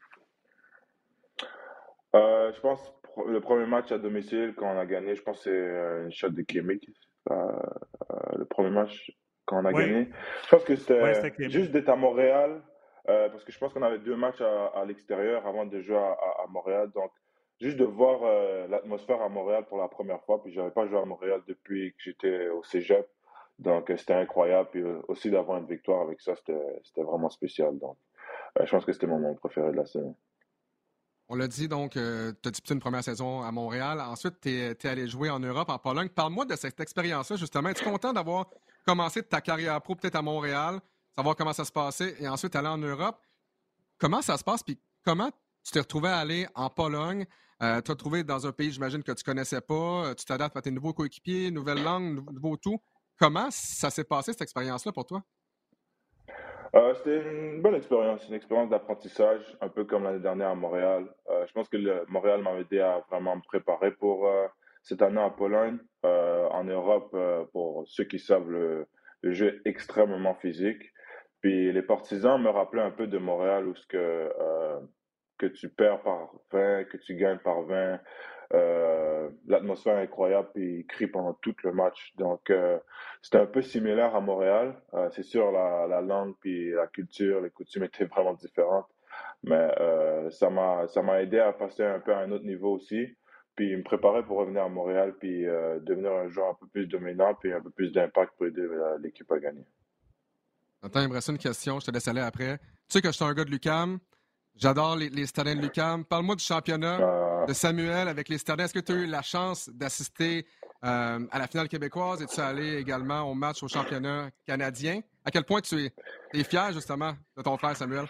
Euh, je pense le premier match à domicile, quand on a gagné, je pense que c'est euh, une shot de Kémy. Euh, euh, le premier match quand on a Oui. gagné. Je pense que Ouais, c'était c'était Kémy. juste d'être à Montréal, euh, parce que je pense qu'on avait deux matchs à, à l'extérieur avant de jouer à, à- à Montréal. Donc, juste de voir euh, l'atmosphère à Montréal pour la première fois. Puis, j'avais pas joué à Montréal depuis que j'étais au Cégep. Donc, euh, c'était incroyable. Puis euh, aussi d'avoir une victoire avec ça, c'était c'était vraiment spécial. Donc, euh, je pense que c'était mon moment préféré de la saison. On l'a dit, donc, euh, tu as disputé une première saison à Montréal. Ensuite, tu es allé jouer en Europe, en Pologne. Parle-moi de cette expérience-là, justement. Es-tu content d'avoir commencé ta carrière pro peut-être à Montréal, savoir comment ça se passait, et ensuite aller en Europe? Comment ça se passe? Puis comment tu t'es retrouvé à aller en Pologne? Euh, tu t'es retrouvé dans un pays, j'imagine, que tu connaissais pas. Euh, Tu t'adaptes à tes nouveaux coéquipiers, nouvelle langue, nou- nouveau tout. Comment ça s'est passé, cette expérience-là, pour toi? Euh, c'était une bonne expérience, une expérience d'apprentissage, un peu comme l'année dernière à Montréal. Euh, je pense que le, Montréal m'a aidé à vraiment me préparer pour euh, cette année en Pologne. Euh, en Europe, euh, pour ceux qui savent, le, le jeu est extrêmement physique. Puis les partisans me rappelaient un peu de Montréal où ce que, euh, que tu perds par vingt, que tu gagnes par vingt. Euh, l'atmosphère est incroyable, puis ils crient pendant tout le match. Donc, euh, c'était un peu similaire à Montréal. Euh, c'est sûr, la, la langue, puis la culture, les coutumes étaient vraiment différentes. Mais euh, ça m'a, ça m'a aidé à passer un peu à un autre niveau aussi. Puis me préparer pour revenir à Montréal, puis euh, devenir un joueur un peu plus dominant, puis un peu plus d'impact pour aider euh, l'équipe à gagner. Attends, il me reste une question, je te laisse aller après. Tu sais que je suis un gars de l'UQAM. J'adore les, les Stadins de l'UQAM. Parle-moi du championnat Euh, de Samuel avec les Stadins. Est-ce que tu as eu la chance d'assister euh, à la finale québécoise? Es-tu allé également au match au championnat canadien? À quel point tu es, es fier, justement, de ton frère Samuel?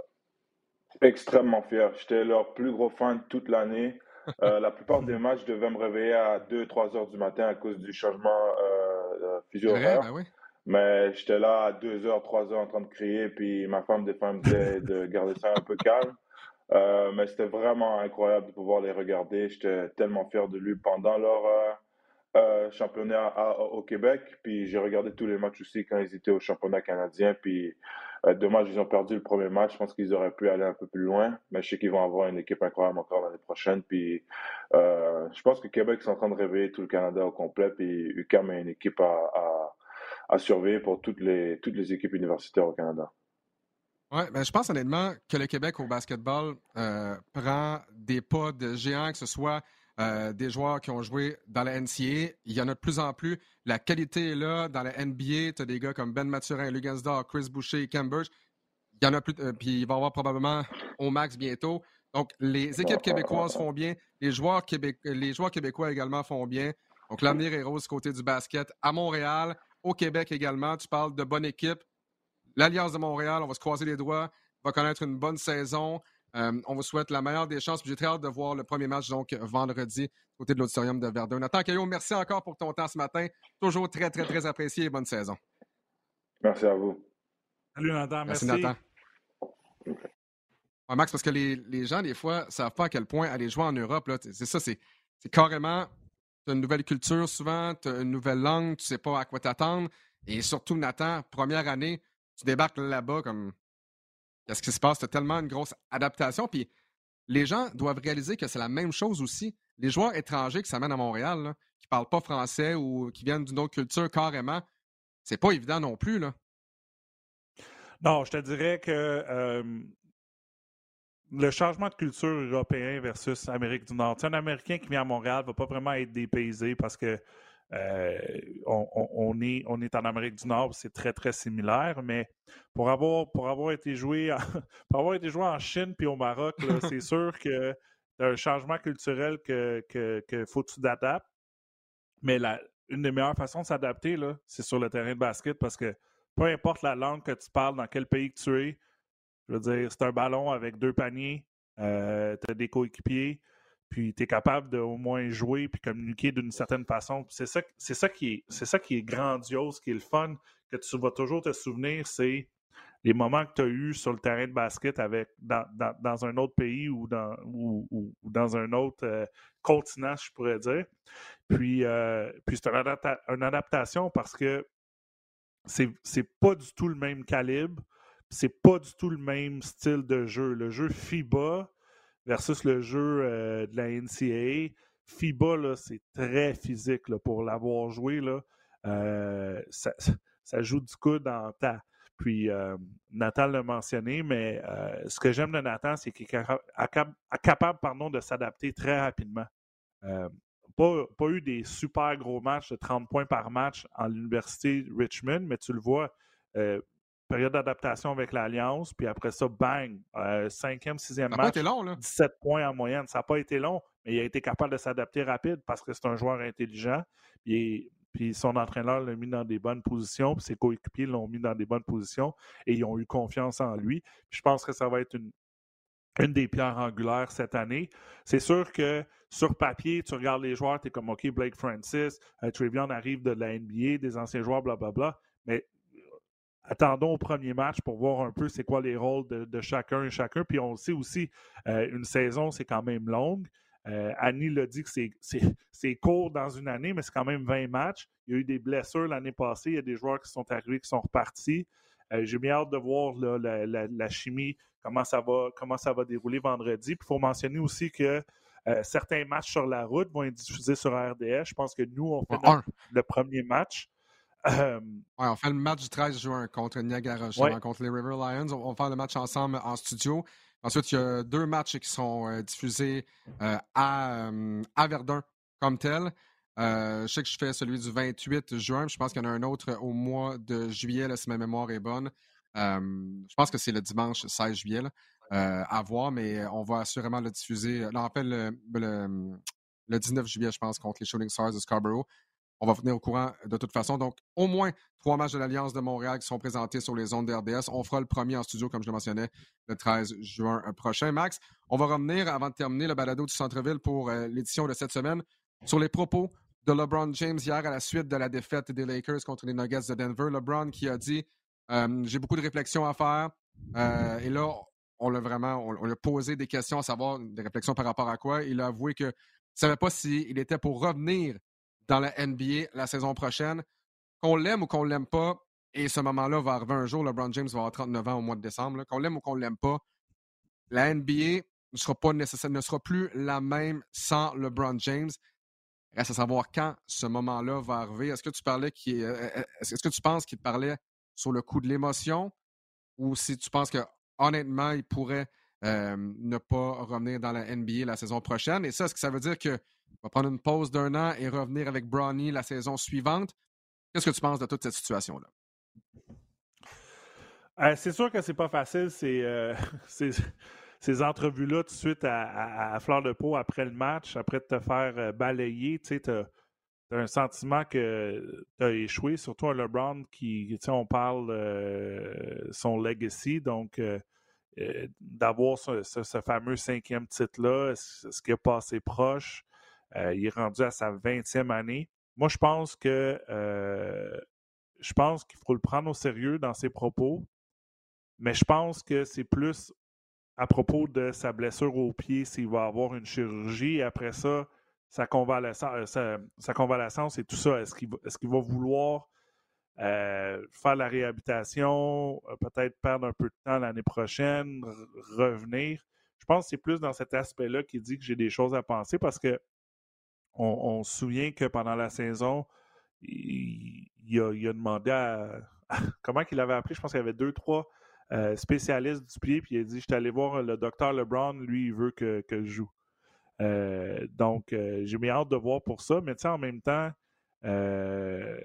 Extrêmement fier. J'étais leur plus gros fan toute l'année. Euh, la plupart des matchs, je devais me réveiller à deux trois heures du matin à cause du changement euh, euh, C'est fuseau vrai, horaire. ben oui. Mais j'étais là à deux heures, trois heures en train de crier, puis ma femme, des fois, me disait de garder ça un peu calme. Euh, mais c'était vraiment incroyable de pouvoir les regarder. J'étais tellement fier de lui pendant leur euh, euh, championnat à- au Québec. Puis j'ai regardé tous les matchs aussi quand ils étaient au championnat canadien. Puis euh, dommage, ils ont perdu le premier match. Je pense qu'ils auraient pu aller un peu plus loin. Mais je sais qu'ils vont avoir une équipe incroyable encore l'année prochaine. Puis euh, je pense que Québec est en train de réveiller tout le Canada au complet. Puis UQAM est une équipe à, à, à surveiller pour toutes les, toutes les équipes universitaires au Canada. Oui, ben, je pense honnêtement que le Québec au basketball euh, prend des pas de géant, que ce soit euh, des joueurs qui ont joué dans la N C A A. Il y en a de plus en plus. La qualité est là. Dans la N B A, tu as des gars comme Ben Mathurin, Lugansdor, Chris Boucher, Cambridge. Il y en a plus, euh, puis il va y avoir probablement au max bientôt. Donc, les équipes québécoises font bien. Les joueurs, québé- les joueurs québécois également font bien. Donc, l'avenir est rose côté du basket. À Montréal, au Québec également, tu parles de bonne équipe. L'Alliance de Montréal, on va se croiser les doigts, va connaître une bonne saison. Euh, on vous souhaite la meilleure des chances. Puis j'ai très hâte de voir le premier match, donc vendredi, côté de l'Auditorium de Verdun. Nathan Caillot, merci encore pour ton temps ce matin. Toujours très, très, très apprécié et bonne saison. Merci à vous. Salut Nathan, Merci, merci. Nathan. Ouais, Max, parce que les, les gens, des fois, ne savent pas à quel point aller jouer en Europe, là, c'est ça, c'est c'est carrément, tu as une nouvelle culture souvent, tu as une nouvelle langue, tu sais pas à quoi t'attendre. Et surtout, Nathan, première année, tu débarques là-bas comme qu'est-ce qui se passe? Tu as tellement une grosse adaptation. Puis les gens doivent réaliser que c'est la même chose aussi. Les joueurs étrangers qui s'amènent à Montréal, là, qui parlent pas français ou qui viennent d'une autre culture carrément, c'est pas évident non plus, là. Non, je te dirais que euh, le changement de culture européen versus Amérique du Nord. Tu sais, un Américain qui vient à Montréal ne va pas vraiment être dépaysé parce que euh, on, on, on, est, on est en Amérique du Nord, c'est très, très similaire, mais pour avoir, pour avoir été joué en, pour avoir été joué en Chine puis au Maroc, là, c'est sûr que c'est un changement culturel que, que, que faut que tu t'adaptes. Mais la, une des meilleures façons de s'adapter, là, c'est sur le terrain de basket parce que peu importe la langue que tu parles, dans quel pays que tu es, je veux dire, c'est un ballon avec deux paniers, euh, tu as des coéquipiers, puis tu es capable de au moins jouer puis communiquer d'une certaine façon. C'est ça, c'est ça qui est, c'est ça qui est grandiose, qui est le fun, que tu vas toujours te souvenir, c'est les moments que tu as eus sur le terrain de basket avec dans, dans, dans un autre pays ou dans, ou, ou, ou dans un autre euh, continent, je pourrais dire. Puis, euh, puis c'est une, adapta- une adaptation parce que c'est, c'est pas du tout le même calibre, c'est pas du tout le même style de jeu. Le jeu FIBA versus le jeu euh, de la N C A A. FIBA, là, c'est très physique là, pour l'avoir joué. Là, euh, ça, ça joue du coude en tas. Puis, euh, Nathan l'a mentionné, mais euh, ce que j'aime de Nathan, c'est qu'il est capable, capable pardon, de s'adapter très rapidement. Euh, pas, pas eu des super gros matchs de trente points par match en l'université Richmond, mais tu le vois, euh, période d'adaptation avec l'Alliance, puis après ça, bang, euh, cinquième, sixième Ça n'a match, pas été long, là. dix-sept points en moyenne. Ça n'a pas été long, mais il a été capable de s'adapter rapide parce que c'est un joueur intelligent. Puis, puis son entraîneur l'a mis dans des bonnes positions, puis ses coéquipiers l'ont mis dans des bonnes positions et ils ont eu confiance en lui. Puis je pense que ça va être une, une des pierres angulaires cette année. C'est sûr que sur papier, tu regardes les joueurs, tu es comme OK, Blake Francis, euh, Trevion arrive de la N B A, des anciens joueurs, blablabla, mais attendons au premier match pour voir un peu c'est quoi les rôles de, de chacun et chacun. Puis on le sait aussi, euh, une saison, c'est quand même longue. Euh, Annie l'a dit que c'est, c'est, c'est court dans une année, mais c'est quand même vingt matchs. Il y a eu des blessures l'année passée. Il y a des joueurs qui sont arrivés, qui sont repartis. Euh, j'ai bien hâte de voir là, la, la, la chimie, comment ça va, comment ça va dérouler vendredi. Puis il faut mentionner aussi que euh, certains matchs sur la route vont être diffusés sur R D S. Je pense que nous, on fait Ouais, notre, le premier match. Euh, ouais, on fait le match du treize juin contre Niagara, ouais. contre les River Lions. On va faire le match ensemble en studio. Ensuite, il y a deux matchs qui sont euh, diffusés euh, à, euh, à Verdun comme tel. Euh, je sais que je fais celui du vingt-huit juin. Je pense qu'il y en a un autre au mois de juillet, là, si ma mémoire est bonne. Euh, je pense que c'est le dimanche seize juillet là, euh, à voir, mais on va assurément le diffuser. Là, on fait le, le, le dix-neuf juillet, je pense, contre les Shooting Stars de Scarborough. On va vous tenir au courant de toute façon. Donc, au moins trois matchs de l'Alliance de Montréal qui sont présentés sur les ondes d'R D S. On fera le premier en studio, comme je le mentionnais, le treize juin prochain. Max, on va revenir, avant de terminer le balado du Centre-Ville pour euh, l'édition de cette semaine, sur les propos de LeBron James hier à la suite de la défaite des Lakers contre les Nuggets de Denver. LeBron qui a dit euh, « J'ai beaucoup de réflexions à faire. Euh, » Et là, on l'a vraiment, on, on a posé des questions à savoir, des réflexions par rapport à quoi. Il a avoué qu'il ne savait pas s'il était pour revenir dans la N B A la saison prochaine. Qu'on l'aime ou qu'on l'aime pas, et ce moment-là va arriver un jour, LeBron James va avoir trente-neuf ans au mois de décembre, là. Qu'on l'aime ou qu'on l'aime pas, la N B A ne sera, pas nécessaire, ne sera plus la même sans LeBron James. Reste à savoir quand ce moment-là va arriver. Est-ce que tu parlais qu'il, est-ce que tu penses qu'il parlait sur le coup de l'émotion ou si tu penses que honnêtement, il pourrait euh, ne pas revenir dans la N B A la saison prochaine? Et ça, est-ce que ça veut dire que va prendre une pause d'un an et revenir avec Bronny la saison suivante? Qu'est-ce que tu penses de toute cette situation-là? Euh, c'est sûr que c'est pas facile, c'est, euh, c'est, ces entrevues-là tout de suite à, à, à fleur de peau après le match, après de te faire euh, balayer. Tu sais, t'as, t'as un sentiment que tu as échoué, surtout un LeBron qui, tu sais, on parle euh, son legacy, donc euh, euh, d'avoir ce, ce, ce fameux cinquième titre-là, ce, ce qui a passé proche. Euh, il est rendu à sa vingtième année. Moi, je pense que euh, je pense qu'il faut le prendre au sérieux dans ses propos, mais je pense que c'est plus à propos de sa blessure au pied, s'il va avoir une chirurgie, et après ça, sa convalescence, sa, sa convalescence et tout ça. Est-ce qu'il va, est-ce qu'il va vouloir euh, faire la réhabilitation, peut-être perdre un peu de temps l'année prochaine, r- revenir? Je pense que c'est plus dans cet aspect-là qu'il dit que j'ai des choses à penser parce que On, on se souvient que pendant la saison, il, il, a, il a demandé à, à comment qu'il avait appelé, je pense qu'il y avait deux, trois euh, spécialistes du pied, puis il a dit, je suis allé voir le docteur LeBron, lui, il veut que, que je joue. Euh, donc, euh, j'ai mis hâte de voir pour ça, mais tu sais, en même temps, euh,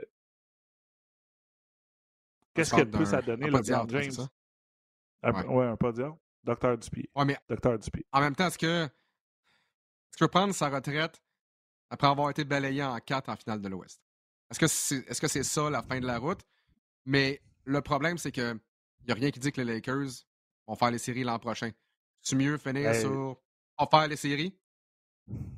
qu'est-ce qu'il y a de plus à donner, LeBron James? C'est ça? Un, ouais. ouais, un podiatre. Docteur du pied. Ouais, mais docteur du pied. En même temps, est-ce que est-ce qu'il veut prendre sa retraite après avoir été balayé en quatre en finale de l'Ouest? Est-ce que c'est, est-ce que c'est ça la fin de la route? Mais le problème, c'est que il n'y a rien qui dit que les Lakers vont faire les séries l'an prochain. C'est mieux finir Ben, sur on faire les séries?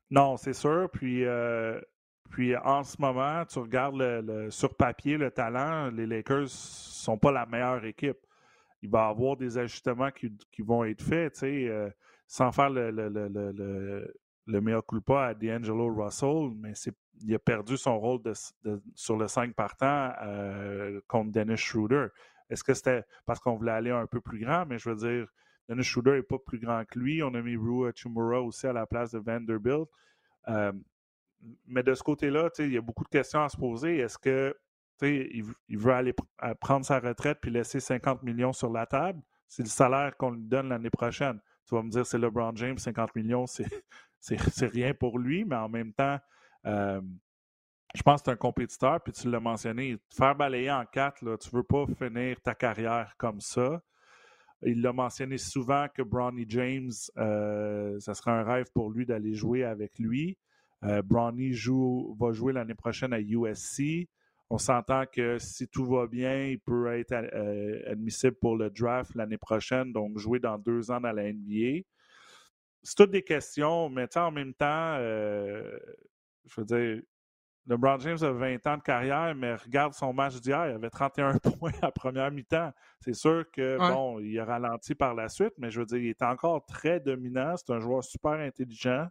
Non, c'est sûr. Puis, euh, puis en ce moment, tu regardes le, le, sur papier le talent, les Lakers ne sont pas la meilleure équipe. Il va y avoir des ajustements qui, qui vont être faits, tu sais, euh, sans faire le, le, le, le, le, le mea culpa à D'Angelo Russell, mais c'est, il a perdu son rôle de, de, sur le cinq partant euh, contre Dennis Schroeder. Est-ce que c'était parce qu'on voulait aller un peu plus grand? Mais je veux dire, Dennis Schroeder n'est pas plus grand que lui. On a mis Rui Hachimura aussi à la place de Vanderbilt. Euh, mais de ce côté-là, il y a beaucoup de questions à se poser. Est-ce que il, il veut aller pr- prendre sa retraite puis laisser cinquante millions sur la table? C'est le salaire qu'on lui donne l'année prochaine. Tu vas me dire, c'est LeBron James, cinquante millions, c'est, c'est, c'est rien pour lui, mais en même temps, euh, je pense que c'est un compétiteur, puis tu l'as mentionné, te faire balayer en quatre, là, tu ne veux pas finir ta carrière comme ça. Il l'a mentionné souvent que Bronny James, euh, ça serait un rêve pour lui d'aller jouer avec lui. Euh, Bronny joue, va jouer l'année prochaine à U S C. On s'entend que si tout va bien, il peut être euh, admissible pour le draft l'année prochaine, donc jouer dans deux ans dans la N B A. C'est toutes des questions, mais en même temps, euh, je veux dire, LeBron James a vingt ans de carrière, mais regarde son match d'hier, il avait trente et un points à première mi-temps. C'est sûr que, ouais. bon, il a ralenti par la suite, mais je veux dire, il est encore très dominant. C'est un joueur super intelligent.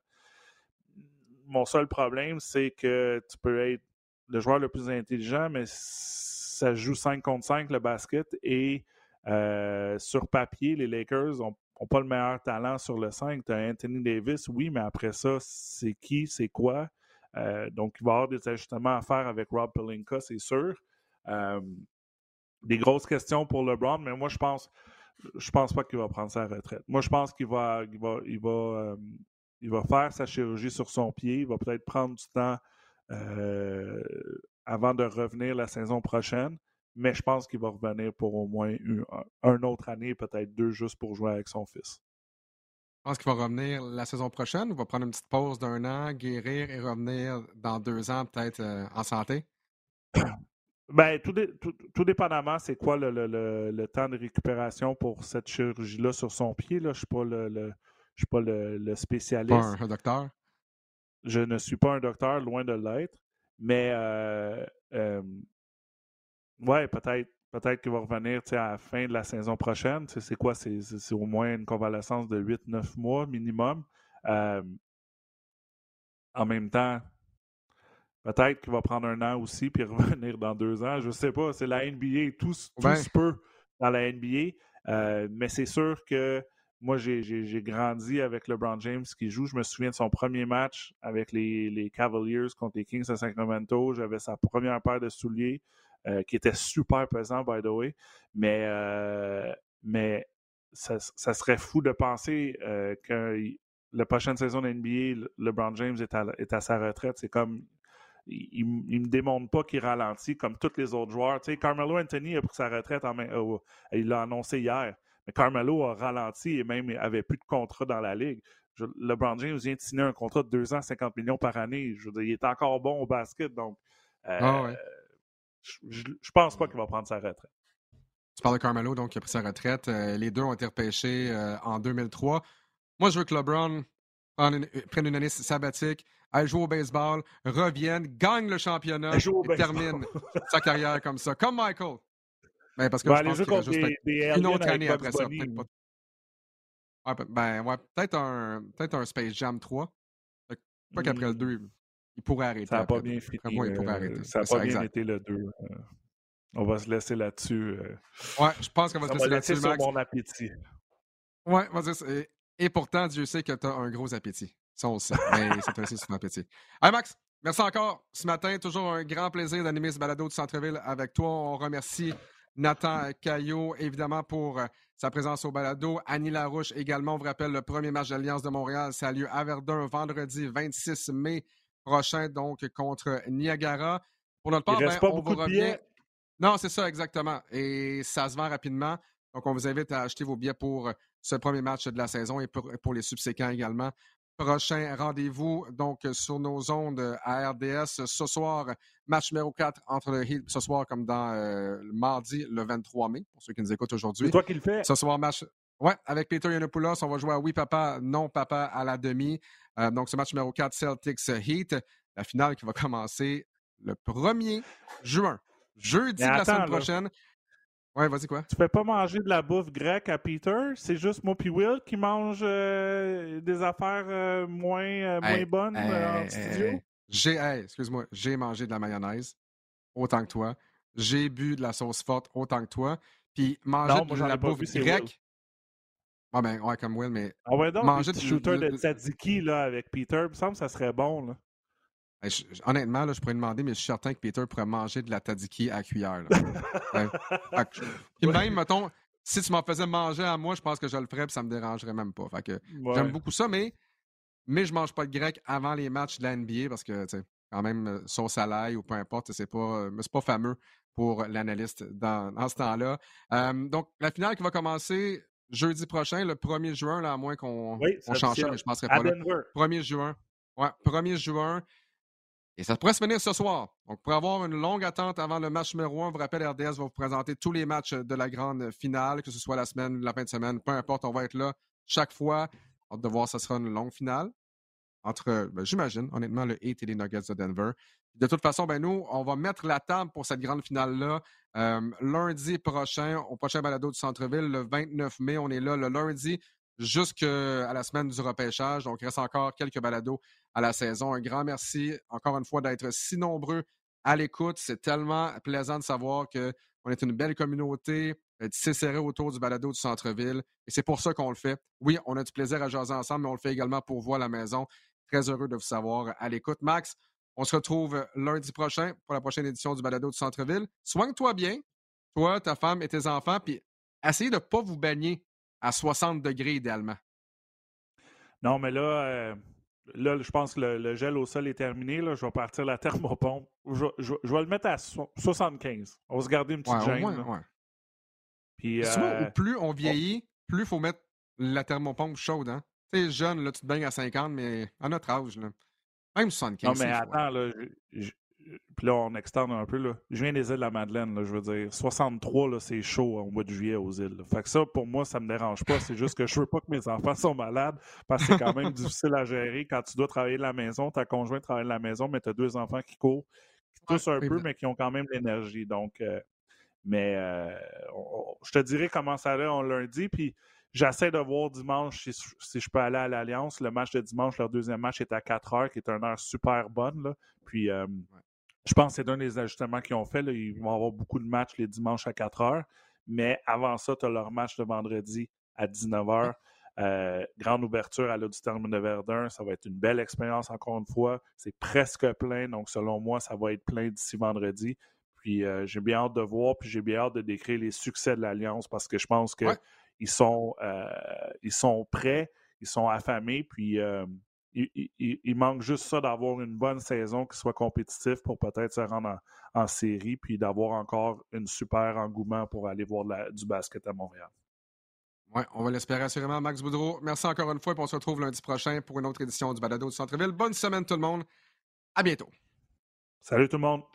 Mon seul problème, c'est que tu peux être le joueur le plus intelligent, mais ça joue cinq contre cinq le basket et euh, sur papier, les Lakers ont, ont pas le meilleur talent sur le cinq. Tu as Anthony Davis, oui, mais après ça, c'est qui, c'est quoi? Euh, donc, il va y avoir des ajustements à faire avec Rob Pelinka, c'est sûr. Euh, des grosses questions pour LeBron, mais moi, je pense je pense pas qu'il va prendre sa retraite. Moi, je pense qu'il va, il va, il va, euh, il va faire sa chirurgie sur son pied. Il va peut-être prendre du temps euh, avant de revenir la saison prochaine, mais je pense qu'il va revenir pour au moins une, un autre année, peut-être deux, juste pour jouer avec son fils. Je pense qu'il va revenir la saison prochaine ou va prendre une petite pause d'un an, guérir et revenir dans deux ans, peut-être euh, en santé? Ben, tout, dé, tout, tout dépendamment, c'est quoi le, le, le, le temps de récupération pour cette chirurgie-là sur son pied. Là. Je ne suis pas le, le, je suis pas le, le spécialiste. Pas un, un docteur? Je ne suis pas un docteur, loin de l'être. Mais, euh, euh, ouais, peut-être, peut-être qu'il va revenir à la fin de la saison prochaine. T'sais, c'est quoi? C'est, c'est, c'est au moins une convalescence de huit neuf mois minimum. Euh, en même temps, peut-être qu'il va prendre un an aussi puis revenir dans deux ans. Je ne sais pas. C'est la N B A. Tout, tout ben. se peut dans la N B A. Euh, mais c'est sûr que moi, j'ai, j'ai, j'ai grandi avec LeBron James qui joue. Je me souviens de son premier match avec les, les Cavaliers contre les Kings de Sacramento. J'avais sa première paire de souliers euh, qui était super pesant, by the way. Mais, euh, mais ça, ça serait fou de penser euh, que la prochaine saison de N B A, LeBron James est à, est à sa retraite. C'est comme... Il ne me démontre pas qu'il ralentit comme tous les autres joueurs. Tu sais, Carmelo Anthony a pris sa retraite, en main, euh, il l'a annoncé hier. Mais Carmelo a ralenti et même n'avait plus de contrat dans la ligue. Je, LeBron James vient de signer un contrat de deux ans, cinquante millions par année. Je veux dire, il est encore bon au basket, donc euh, ah ouais. je ne pense pas qu'il va prendre sa retraite. Tu parles de Carmelo, donc il a pris sa retraite. Euh, les deux ont été repêchés euh, en deux mille trois. Moi, je veux que LeBron prenne une, prenne une année sabbatique, aille jouer au baseball, revienne, gagne le championnat et termine sa carrière comme ça. Comme Michael. Ben, parce que ben, je pense qu'il va juste des, des une autre année après ça. Bunny. Peut-être pas. Ouais, ben, ouais, peut-être un, peut-être un Space Jam trois. Pas mm. qu'après le deux, il pourrait arrêter. Ça n'a pas bien fini. Moi, il pourrait arrêter. Euh, ça n'a pas bien exact. été le deux. Euh, on va se laisser là-dessus. Euh, ouais, je pense qu'on va se laisser là-dessus, sur Max. mon appétit. Ouais, on va dire, et, et pourtant, Dieu sait que tu as un gros appétit. Ça, on le sait. Mais c'est aussi sur ton appétit. Hey, Max, merci encore ce matin. Toujours un grand plaisir d'animer ce balado du Centre-Ville avec toi. On remercie Nathan Caillot, évidemment, pour euh, sa présence au balado. Annie Larouche également. On vous rappelle, le premier match de l'Alliance de Montréal, ça a lieu à Verdun, vendredi vingt-six mai prochain, donc contre Niagara. Pour notre part, Il reste ben, pas on beaucoup vous revient. De billets. Non, c'est ça, exactement. Et ça se vend rapidement. Donc, on vous invite à acheter vos billets pour ce premier match de la saison et pour, pour les subséquents également. Prochain rendez-vous, donc, sur nos ondes à R D S. Ce soir, match numéro quatre entre le Heat. Ce soir, comme dans euh, le mardi, le vingt-trois mai, pour ceux qui nous écoutent aujourd'hui. C'est toi qui le fais. Ce soir, match... Ouais, avec Peter Yiannopoulos, on va jouer à oui papa, non papa à la demi. Euh, donc, ce match numéro quatre, Celtics Heat. La finale qui va commencer le premier juin. Jeudi Mais de la attends, semaine là. prochaine. Ouais, vas-y, quoi? Tu fais pas manger de la bouffe grecque à Peter? C'est juste moi puis Will qui mange euh, des affaires euh, moins, euh, moins Hey, bonnes hey, euh, en hey, studio? hey. J'ai, hey, excuse-moi, j'ai mangé de la mayonnaise autant que toi. J'ai bu de la sauce forte autant que toi. Puis manger Non, moi de j'en la ai pas bouffe vu, c'est Will. grecque. Ouais, ben, ouais, comme Will, mais Ah ouais, donc, manger des petits de, shooters de- de de- tzatziki là, avec Peter, il me semble que ça serait bon. Là. Hey, je- je- honnêtement, là, je pourrais demander, mais je suis certain que Peter pourrait manger de la tzatziki à cuillère. Là. Ouais. Fait que je- Puis Ouais. même, mettons, si tu m'en faisais manger à moi, je pense que je le ferais et ça me dérangerait même pas. Fait que j'aime Ouais. beaucoup ça, mais, mais je mange pas de grec avant les matchs de la N B A parce que, tu sais, quand même, euh, sauce à l'ail ou peu importe, c'est pas, euh, c'est pas fameux pour l'analyste dans, dans ce temps-là. Euh, donc, la finale qui va commencer jeudi prochain, le premier juin, là, à moins qu'on Oui, on c'est change ça, officiel. mais je ne penserai À pas là. Denver. premier juin. Ouais, premier juin. Et ça pourrait se finir ce soir. Donc, pour avoir une longue attente avant le match numéro un, je vous rappelle, R D S va vous présenter tous les matchs de la grande finale, que ce soit la semaine, la fin de semaine, peu importe, on va être là chaque fois. Hâte de voir, ça sera une longue finale entre, ben, j'imagine, honnêtement, le Heat et les Nuggets de Denver. De toute façon, ben nous, on va mettre la table pour cette grande finale-là euh, lundi prochain, au prochain balado du Centre-Ville, le vingt-neuf mai. On est là le lundi jusqu'à la semaine du repêchage. Donc, il reste encore quelques balados à la saison. Un grand merci, encore une fois, d'être si nombreux à l'écoute. C'est tellement plaisant de savoir qu'on est une belle communauté, tissé serré autour du balado du Centre-Ville. Et c'est pour ça qu'on le fait. Oui, on a du plaisir à jaser ensemble, mais on le fait également pour vous à la maison. Très heureux de vous savoir à l'écoute. Max, on se retrouve lundi prochain pour la prochaine édition du balado du Centre-Ville. Soigne-toi bien, toi, ta femme et tes enfants, puis essayez de ne pas vous baigner à soixante degrés idéalement. Non, mais là, euh, là je pense que le, le gel au sol est terminé. Là. Je vais partir la thermopompe. Je, je, je vais le mettre à so- soixante-quinze. On va se garder une petite Ouais, gêne. au moins, là. ouais. Puis, Souvent, euh, au plus on vieillit, plus il faut mettre la thermopompe chaude. Hein? Tu sais, jeune, là, tu te baignes à cinquante, mais à notre âge, là, même soixante-quinze, non, mais c'est fou, hein. attends, là, je- je- puis là, on extende un peu. Là. Je viens des îles de la Madeleine, là, je veux dire. soixante-trois, là, c'est chaud au mois de juillet aux îles. Là. Fait que ça, pour moi, ça me dérange pas. C'est juste que je veux pas que mes enfants soient malades parce que c'est quand même difficile à gérer quand tu dois travailler de la maison. Ta conjointe travaille de la maison, mais tu as deux enfants qui courent, qui toussent un oui, peu, bien. mais qui ont quand même l'énergie. Donc, euh, mais euh, on- on- je te dirai comment ça allait en lundi. Puis j'essaie de voir dimanche si, si je peux aller à l'Alliance. Le match de dimanche, leur deuxième match est à quatre heures, qui est une heure super bonne. Là. Puis euh, je pense que c'est un des ajustements qu'ils ont fait. Là. Ils vont avoir beaucoup de matchs les dimanches à quatre heures. Mais avant ça, tu as leur match de vendredi à dix-neuf heures. Euh, grande ouverture à l'Auditorium de Verdun. Ça va être une belle expérience encore une fois. C'est presque plein. Donc, selon moi, ça va être plein d'ici vendredi. Puis euh, j'ai bien hâte de voir, puis j'ai bien hâte de décrire les succès de l'Alliance parce que je pense qu'ils Ouais. sont, euh, ils sont prêts, ils sont affamés, puis euh, il, il, il manque juste ça d'avoir une bonne saison qui soit compétitive pour peut-être se rendre en, en série, puis d'avoir encore une super engouement pour aller voir de la, du basket à Montréal. Oui, on va l'espérer assurément. Max Boudreau, merci encore une fois, puis on se retrouve lundi prochain pour une autre édition du Balado du Centre-Ville. Bonne semaine tout le monde. À bientôt. Salut tout le monde.